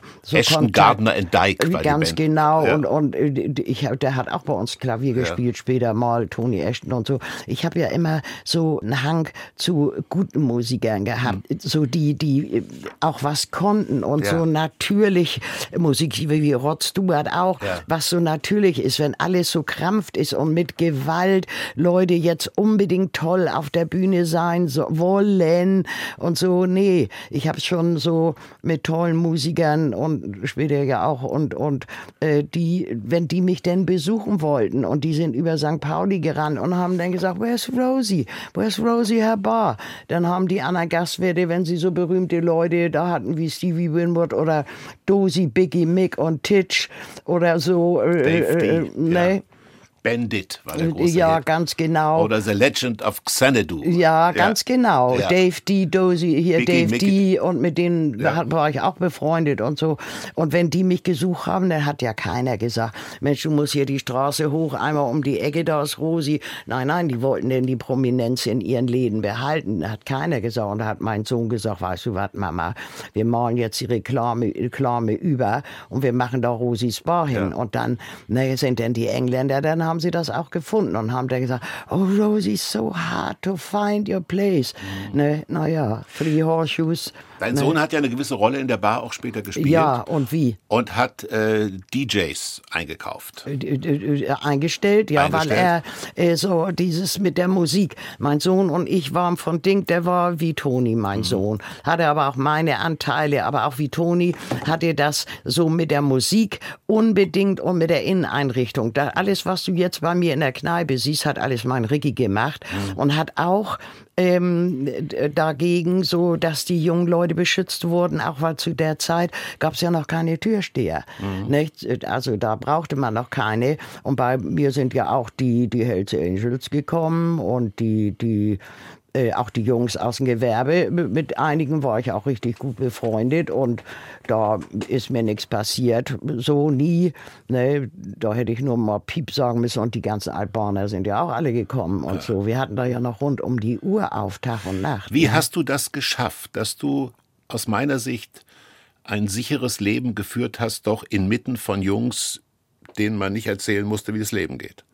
so Ashton Kontakt. Gardner and Dyke war Ganz die Band. genau. Ja. Und, und ich, der hat auch bei uns Klavier gespielt, ja. Später mal Tony Ashton und so. Ich habe ja immer so einen Hang zu guten Musikern gehabt, mhm. so die, die auch was konnten und ja. so natürlich Musik, wie Rod Stewart auch, ja. was so natürlich ist, wenn alles so krampft ist und mit Gewalt Leute jetzt unbedingt toll auf der Bühne sein so, wollen und so. Nee, ich habe schon so mit tollen Musikern und später ja auch und, und äh, die, wenn die mich denn besuchen wollten und die sind über Sankt Pauli gerannt und haben dann gesagt, where's Rosie? Where's Rosie Herbar? Dann haben die anderen Gastwirte, wenn sie so berühmte Leute da hatten wie Stevie Winwood oder Dozy, Biggie, Mick und Titch oder so. Dave äh, D. Ne? Ja. Bandit war der große Ja, Hit. ganz genau. Oder The Legend of Xanadu. Ja, ganz ja. genau. Ja. Dave D, Dozy, hier Biggie, Dave Mickey. D und mit denen Ja. war ich auch befreundet und so. Und wenn die mich gesucht haben, dann hat ja keiner gesagt, Mensch, du musst hier die Straße hoch, einmal um die Ecke, da ist Rosi. Nein, nein, die wollten denn die Prominenz in ihren Läden behalten. Da hat keiner gesagt. Und da hat mein Sohn gesagt, weißt du was, Mama, wir malen jetzt die Reklame, Reklame über und wir machen da Rosis Bar hin. Ja. Und dann ne, sind denn die Engländer, dann haben sie das auch gefunden. Und haben dann gesagt, oh Rosie, so hard to find your place. Mhm. Ne, naja, Three Horseshoes. Dein ne. Sohn hat ja eine gewisse Rolle in der Bar auch später gespielt. Ja, und wie? Und hat äh, D Js eingekauft. Äh, äh, äh, eingestellt, ja, Eingestellt. weil er äh, so dieses mit der Musik. Mein Sohn und ich waren von Ding, der war wie Toni, mein mhm. Sohn. Hatte aber auch meine Anteile, aber auch wie Toni hatte das so mit der Musik unbedingt und mit der Inneneinrichtung. Da, alles, was du jetzt bei mir in der Kneipe siehst, hat alles mein Ricky gemacht mhm. und hat auch ähm, dagegen so, dass die jungen Leute beschützt wurden, auch weil zu der Zeit gab es ja noch keine Türsteher. Mhm. Nicht? Also da brauchte man noch keine. Und bei mir sind ja auch die, die Hells Angels gekommen und die, die Äh, auch die Jungs aus dem Gewerbe. Mit einigen war ich auch richtig gut befreundet und da ist mir nichts passiert. So nie. Ne, da hätte ich nur mal Piep sagen müssen und die ganzen Altbahner sind ja auch alle gekommen und so. Wir hatten da ja noch rund um die Uhr auf Tag und Nacht. Wie ne? hast du das geschafft, dass du aus meiner Sicht ein sicheres Leben geführt hast, doch inmitten von Jungs, denen man nicht erzählen musste, wie das Leben geht?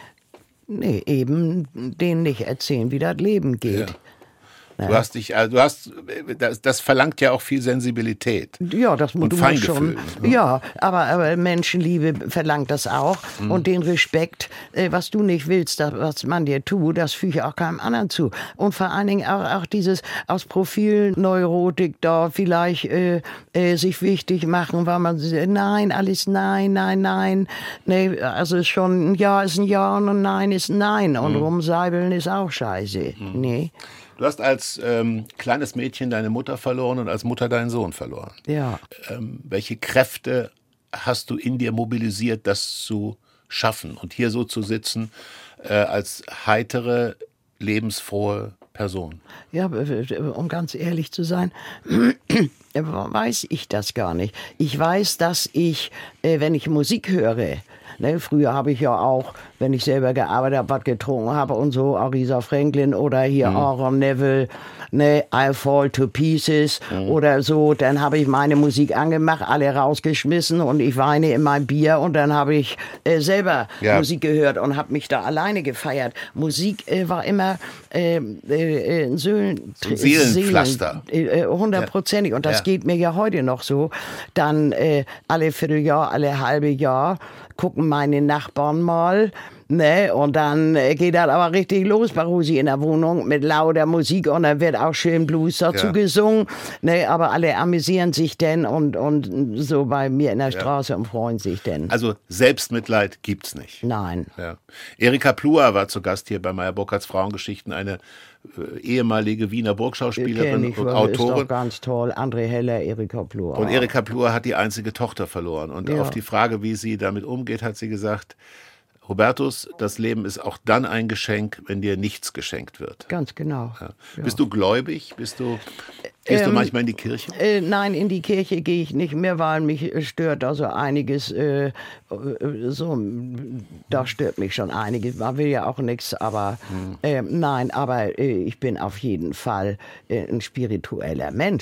Nee, eben denen nicht erzählen, wie das Leben geht. Ja. Du hast dich, also du hast, das, das verlangt ja auch viel Sensibilität. Ja, das und du Feingefühl. Schon, Ne? ja, aber, aber Menschenliebe verlangt das auch. Mhm. Und den Respekt, äh, was du nicht willst, das, was man dir tut, das füge ich auch keinem anderen zu. Und vor allen Dingen auch, auch dieses aus Profilneurotik da vielleicht äh, äh, sich wichtig machen, weil man nein, alles nein, nein, nein. Nee, also schon ein Ja ist ein Ja und ein Nein ist ein Nein. Und mhm. rumseibeln ist auch scheiße. Mhm. Nee. Du hast als ähm, kleines Mädchen deine Mutter verloren und als Mutter deinen Sohn verloren. Ja. Ähm, welche Kräfte hast du in dir mobilisiert, das zu schaffen und hier so zu sitzen äh, als heitere, lebensfrohe Person? Ja, um ganz ehrlich zu sein, weiß ich das gar nicht. Ich weiß, dass ich, äh, wenn ich Musik höre, ne, früher habe ich ja auch, wenn ich selber gearbeitet habe, was getrunken habe und so, Aretha Franklin oder hier mhm. Aaron Neville, ne, I Fall to Pieces mhm. oder so, dann habe ich meine Musik angemacht, alle rausgeschmissen und ich weine in mein Bier und dann habe ich äh, selber ja. Musik gehört und habe mich da alleine gefeiert. Musik äh, war immer äh, äh, ein Seelen, so Seelenpflaster. Hundertprozentig. Äh, und das ja. geht mir ja heute noch so. Dann äh, alle Vierteljahr, alle halbe Jahr gucken meine Nachbarn mal, ne, und dann geht das aber richtig los bei Rosi in der Wohnung mit lauter Musik und dann wird auch schön Blues dazu ja. gesungen, ne, aber alle amüsieren sich denn und, und so bei mir in der Straße ja. und freuen sich denn. Also Selbstmitleid gibt's nicht. Nein. Ja. Erika Plua war zu Gast hier bei Meyer Burkhardts Frauengeschichten, eine äh, ehemalige Wiener Burgschauspielerin ich, und ist Autorin. Ist doch ganz toll. André Heller, Erika Plua. Und Erika Plua hat die einzige Tochter verloren. Und ja. auf die Frage, wie sie damit umgeht, hat sie gesagt, Hubertus, das Leben ist auch dann ein Geschenk, wenn dir nichts geschenkt wird. Ganz genau. Ja. Ja. Bist du gläubig? Bist du, gehst ähm, du manchmal in die Kirche? Äh, nein, in die Kirche gehe ich nicht mehr, weil mich stört also einiges. Äh, so, da stört mich schon einiges. Man will ja auch nichts, aber hm. äh, nein, aber äh, ich bin auf jeden Fall äh, ein spiritueller Mensch.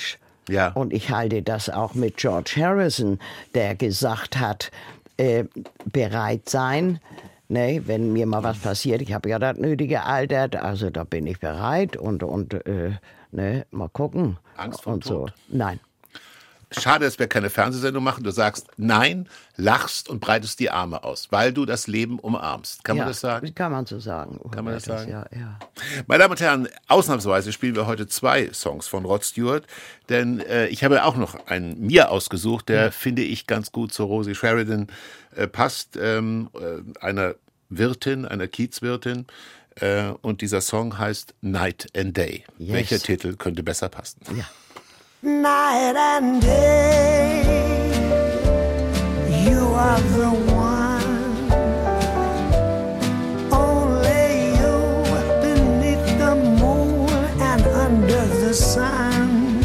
Ja. Und ich halte das auch mit George Harrison, der gesagt hat, äh, bereit sein, ne, wenn mir mal was passiert, ich habe ja das nötige Alter, also da bin ich bereit und, und äh, ne, mal gucken. Angst vor und Tod? So. Nein. Schade, dass wir keine Fernsehsendung machen. Du sagst nein, lachst und breitest die Arme aus, weil du das Leben umarmst. Kann ja, man das sagen? Kann man so sagen. Kann man das sagen? Ja, ja. Meine Damen und Herren, ausnahmsweise spielen wir heute zwei Songs von Rod Stewart, denn äh, ich habe auch noch einen mir ausgesucht, der, ja. finde ich, ganz gut zu Rosie Sheridan äh, passt. Ähm, äh, einer Wirtin, einer Kiezwirtin. Äh, und dieser Song heißt Night and Day. Yes. Welcher Titel könnte besser passen? Ja. Night and day, you are the one, only you beneath the moon and under the sun.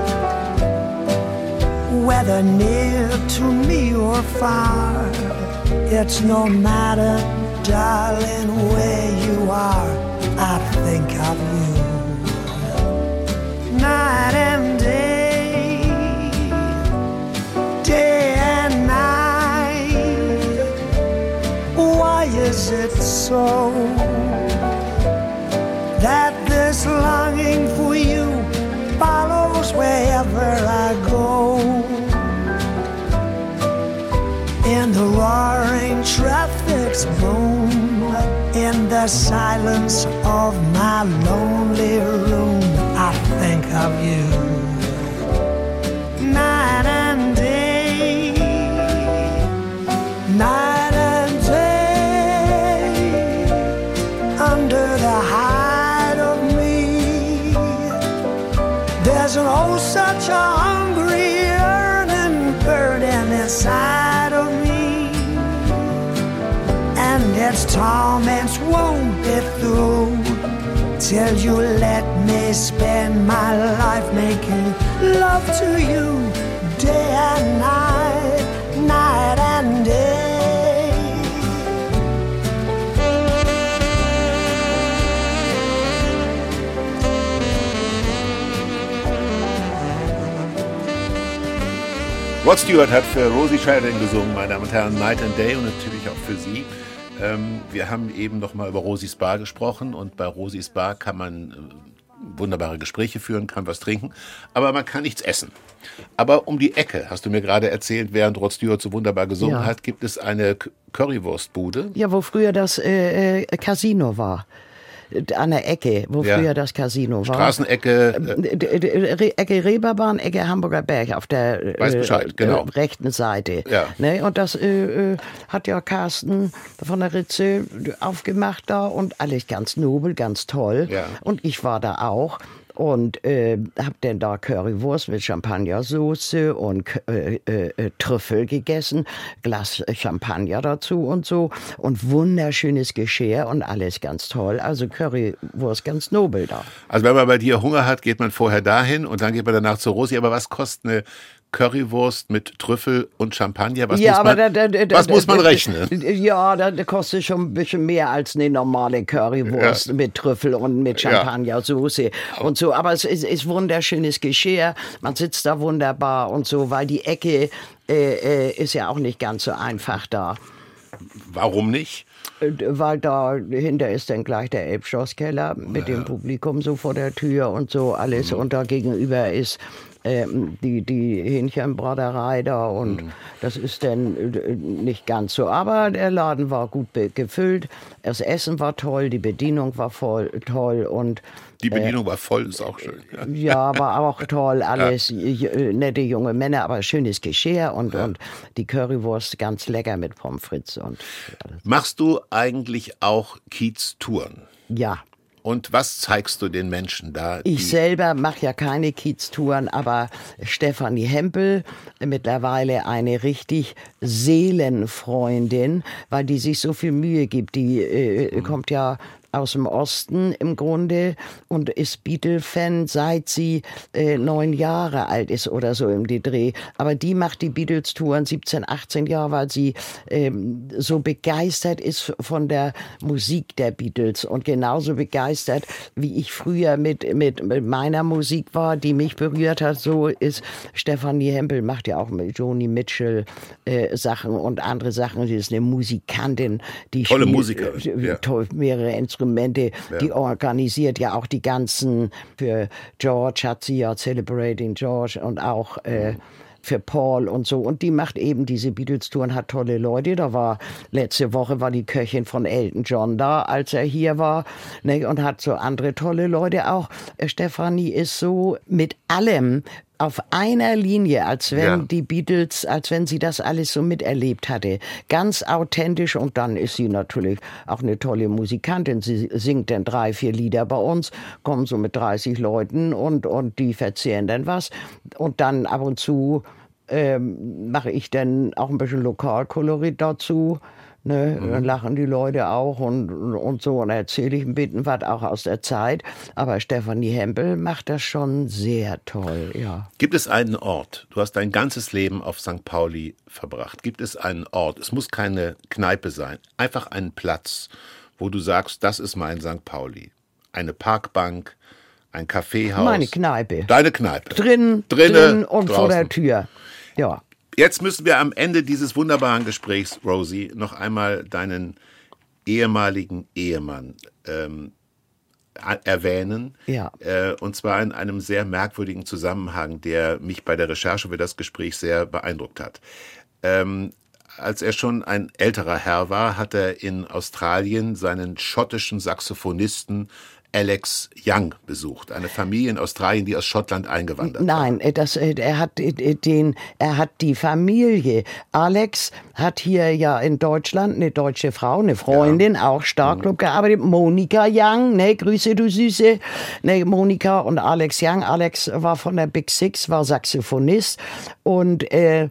Whether near to me or far, it's no matter, darling, where you are, I think of you. Night and day, day and night. Why is it so that this longing for you follows wherever I go? In the roaring traffic's boom, in the silence of my lonely room, I think of you. Night and day, night and day, under the hide of me, there's an oh such a hungry yearning burning inside of me, and its torments won't be through till you let me spend my life making love to you, day and night, night and day. Rod Stewart hat für Rosie Sheridan gesungen, meine Damen und Herren, Night and Day, und natürlich auch für Sie. Ähm, wir haben eben noch mal über Rosies Bar gesprochen, und bei Rosies Bar kann man äh, wunderbare Gespräche führen, kann was trinken, aber man kann nichts essen. Aber um die Ecke, hast du mir gerade erzählt, während Rod Stewart so wunderbar gesungen Ja. hat, gibt es eine K- Currywurstbude. Ja, wo früher das äh, äh, Casino war. An der Ecke, wo Ja. früher das Casino war. Straßenecke. Äh, D- d- d- Re- Ecke Reeperbahn, Ecke Hamburger Berg auf der Weiß Bescheid, genau. äh, rechten Seite. Ja. Ne? Und das äh, äh, hat ja Carsten von der Ritze aufgemacht da und alles ganz nobel, ganz toll. Ja. Und ich war da auch. Und äh, hab dann da Currywurst mit Champagnersoße und äh, äh, Trüffel gegessen, Glas Champagner dazu und so. Und wunderschönes Geschirr und alles ganz toll. Also Currywurst ganz nobel da. Also wenn man bei dir Hunger hat, geht man vorher dahin und dann geht man danach zur Rosi. Aber was kostet eine Currywurst mit Trüffel und Champagner? Was ja, muss aber man, da, da, da, was da, muss man da, rechnen? Ja, da, da kostet schon ein bisschen mehr als eine normale Currywurst Ja. mit Trüffel und mit Champagnersoße und so. Aber es ist, ist wunderschönes Geschirr. Man sitzt da wunderbar und so, weil die Ecke äh, äh, ist ja auch nicht ganz so einfach da. Warum nicht? Äh, Weil da hinter ist dann gleich der Elbschlosskeller mit dem Publikum so vor der Tür und so alles. Und da gegenüber ist ähm, die, die Hähnchenbraterei da und mhm. das ist dann äh, nicht ganz so. Aber der Laden war gut be- gefüllt, das Essen war toll, die Bedienung war voll toll und Die Bedienung äh, war voll, ist auch schön. Ja, ja, war auch toll, alles ja. j- nette junge Männer, aber schönes Geschirr und, ja. und die Currywurst ganz lecker mit Pommes frites und alles. Machst du eigentlich auch Kiez-Touren? Ja. Und was zeigst du den Menschen da? Ich selber mache ja keine Kiez-Touren, aber Stefanie Hempel, mittlerweile eine richtig Seelenfreundin, weil die sich so viel Mühe gibt. Die äh, mhm. kommt ja aus dem Osten im Grunde und ist Beatle-Fan, seit sie äh, neun Jahre alt ist oder so im Dreh. Aber die macht die Beatles-Touren siebzehn, achtzehn Jahre, weil sie ähm, so begeistert ist von der Musik der Beatles und genauso begeistert, wie ich früher mit, mit, mit meiner Musik war, die mich berührt hat. So ist Stefanie Hempel, macht ja auch mit Joni Mitchell äh, Sachen und andere Sachen. Sie ist eine Musikantin, die tolle spielt, Musikerin, äh, ja. toll, mehrere Instrumente, ja. Die organisiert ja auch die ganzen, für George hat sie ja Celebrating George und auch äh, für Paul und so. Und die macht eben diese Beatles-Touren, hat tolle Leute. Da war, letzte Woche war die Köchin von Elton John da, als er hier war, ne, und hat so andere tolle Leute auch. Äh, Stefanie ist so mit allem auf einer Linie, als wenn ja. die Beatles, als wenn sie das alles so miterlebt hatte. Ganz authentisch und dann ist sie natürlich auch eine tolle Musikantin. Sie singt dann drei, vier Lieder bei uns, kommen so mit dreißig Leuten und, und die verzehren dann was. Und dann ab und zu ähm, mache ich dann auch ein bisschen Lokalkolorit dazu. Ne, mhm. Dann lachen die Leute auch und, und so und erzähle ich ein bisschen was auch aus der Zeit. Aber Stefanie Hempel macht das schon sehr toll, ja. Gibt es einen Ort, du hast dein ganzes Leben auf Sankt Pauli verbracht, gibt es einen Ort, es muss keine Kneipe sein, einfach einen Platz, wo du sagst, das ist mein Sankt Pauli. Eine Parkbank, ein Kaffeehaus. Meine Kneipe. Deine Kneipe. Drin, Drinne, drin und draußen. Vor der Tür, ja. Jetzt müssen wir am Ende dieses wunderbaren Gesprächs, Rosie, noch einmal deinen ehemaligen Ehemann ähm, erwähnen. Ja. Äh, und zwar in einem sehr merkwürdigen Zusammenhang, der mich bei der Recherche für das Gespräch sehr beeindruckt hat. Ähm, als er schon ein älterer Herr war, hat er in Australien seinen schottischen Saxophonisten Alex Young besucht, eine Familie in Australien, die aus Schottland eingewandert Nein, war. das, er hat den, er hat die Familie. Alex hat hier ja in Deutschland eine deutsche Frau, eine Freundin, ja. auch Starclub mhm. gearbeitet, Monika Young, ne, Grüße du Süße, ne, Monika und Alex Young. Alex war von der Big Six, war Saxophonist und äh,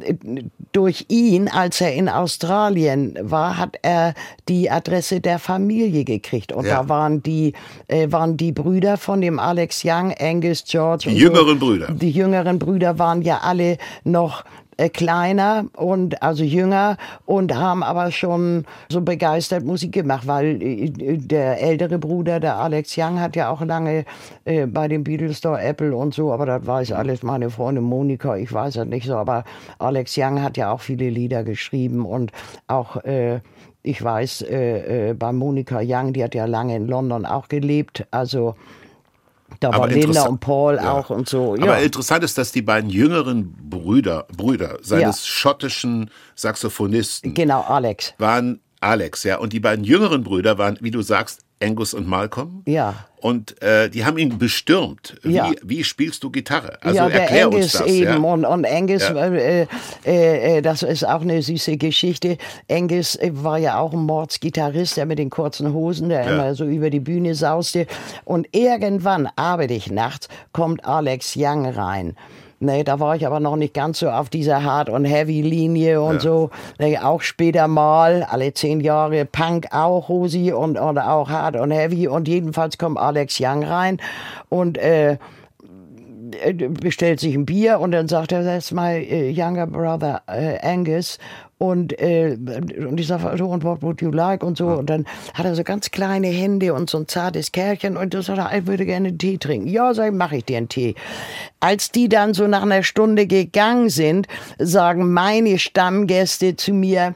durch ihn, als er in Australien war, hat er die Adresse der Familie gekriegt und ja. da waren die äh, waren die Brüder von dem Alex Young, Angus, George. Die jüngeren so. Brüder. Die jüngeren Brüder waren ja alle noch äh, kleiner und also jünger und haben aber schon so begeistert Musik gemacht, weil äh, der ältere Bruder, der Alex Young, hat ja auch lange äh, bei den Beatles da Apple und so, aber das weiß alles meine Freundin Monika, ich weiß das nicht so, aber Alex Young hat ja auch viele Lieder geschrieben und auch äh, ich weiß, äh, äh, bei Monika Young, die hat ja lange in London auch gelebt, also da war Linda und Paul ja. auch und so. Ja. Aber interessant ist, dass die beiden jüngeren Brüder, Brüder seines ja. schottischen Saxophonisten genau, Alex. waren Alex, ja, und die beiden jüngeren Brüder waren, wie du sagst, Angus und Malcolm. Ja. Und äh, die haben ihn bestürmt. Wie, ja. wie spielst du Gitarre? Also ja, der erklär Angus uns das. Eben. Ja. Und, und Angus, ja. äh, äh, das ist auch eine süße Geschichte. Angus war ja auch ein Mordsgitarrist, der mit den kurzen Hosen, der ja. immer so über die Bühne sauste. Und irgendwann, arbeite ich nachts, kommt Alex Young rein. Nee, da war ich aber noch nicht ganz so auf dieser Hard- und Heavy-Linie und ja. so. Nee, auch später mal, alle zehn Jahre, Punk auch, Rosi, und, und auch Hard und Heavy. Und jedenfalls kommt Alex Young rein und äh, bestellt sich ein Bier und dann sagt er, that's my uh, younger brother uh, Angus. Und, äh, und ich sage, so, und what would you like? Und so. Und dann hat er so ganz kleine Hände und so ein zartes Kerlchen. Und dann sagt er, ich würde gerne einen Tee trinken. Ja, sag ich, mache ich dir einen Tee. Als die dann so nach einer Stunde gegangen sind, sagen meine Stammgäste zu mir,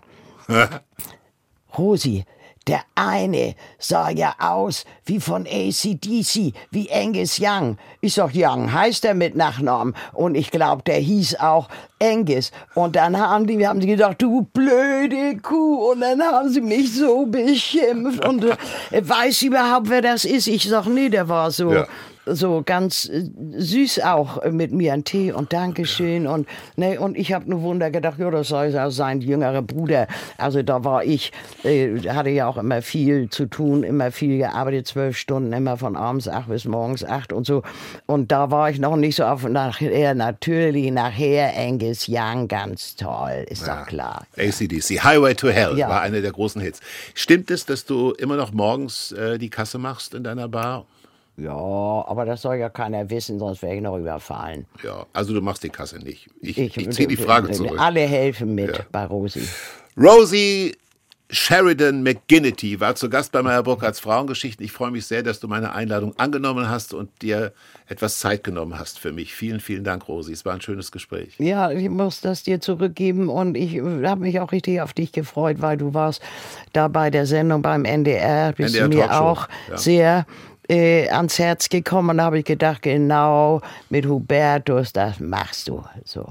Rosi, der eine sah ja aus wie von A C D C, wie Angus Young. Ich sag, Young heißt er mit Nachnamen. Und ich glaube, der hieß auch Angus. Und dann haben die, haben sie gedacht, du blöde Kuh. Und dann haben sie mich so beschimpft. Und äh, weiß überhaupt, wer das ist? Ich sag, nee, der war so... Ja. So ganz äh, süß auch äh, mit mir ein Tee und Dankeschön und ne, und ich habe nur Wunder gedacht, ja, das sei ja sein jüngerer Bruder. Also da war ich, äh, hatte ja auch immer viel zu tun, immer viel gearbeitet, zwölf Stunden, immer von abends acht bis morgens acht und so. Und da war ich noch nicht so auf nachher, natürlich nachher Angus Angus Young, ganz toll, ist Ja. doch klar. A C D C, Highway to Hell Ja. war einer der großen Hits. Stimmt es, dass du immer noch morgens äh, die Kasse machst in deiner Bar? Ja, aber das soll ja keiner wissen, sonst wäre ich noch überfallen. Ja, also du machst die Kasse nicht. Ich, ich, ich ziehe die Frage zurück. Alle helfen mit Ja. bei Rosi. Rosie Sheridan McGinnity war zu Gast bei Meyer Burkhardts Frauengeschichten. Ich freue mich sehr, dass du meine Einladung angenommen hast und dir etwas Zeit genommen hast für mich. Vielen, vielen Dank, Rosi. Es war ein schönes Gespräch. Ja, ich muss das dir zurückgeben und ich habe mich auch richtig auf dich gefreut, weil du warst da bei der Sendung beim N D R, bist N D R du mir Talkshow, auch ja. sehr äh, ans Herz gekommen und da habe ich gedacht, genau, mit Hubertus, das machst du so.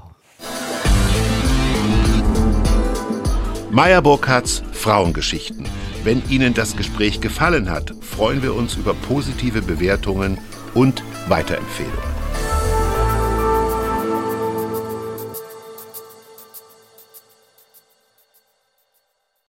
Meyer Burkhardts Frauengeschichten. Wenn Ihnen das Gespräch gefallen hat, freuen wir uns über positive Bewertungen und Weiterempfehlungen.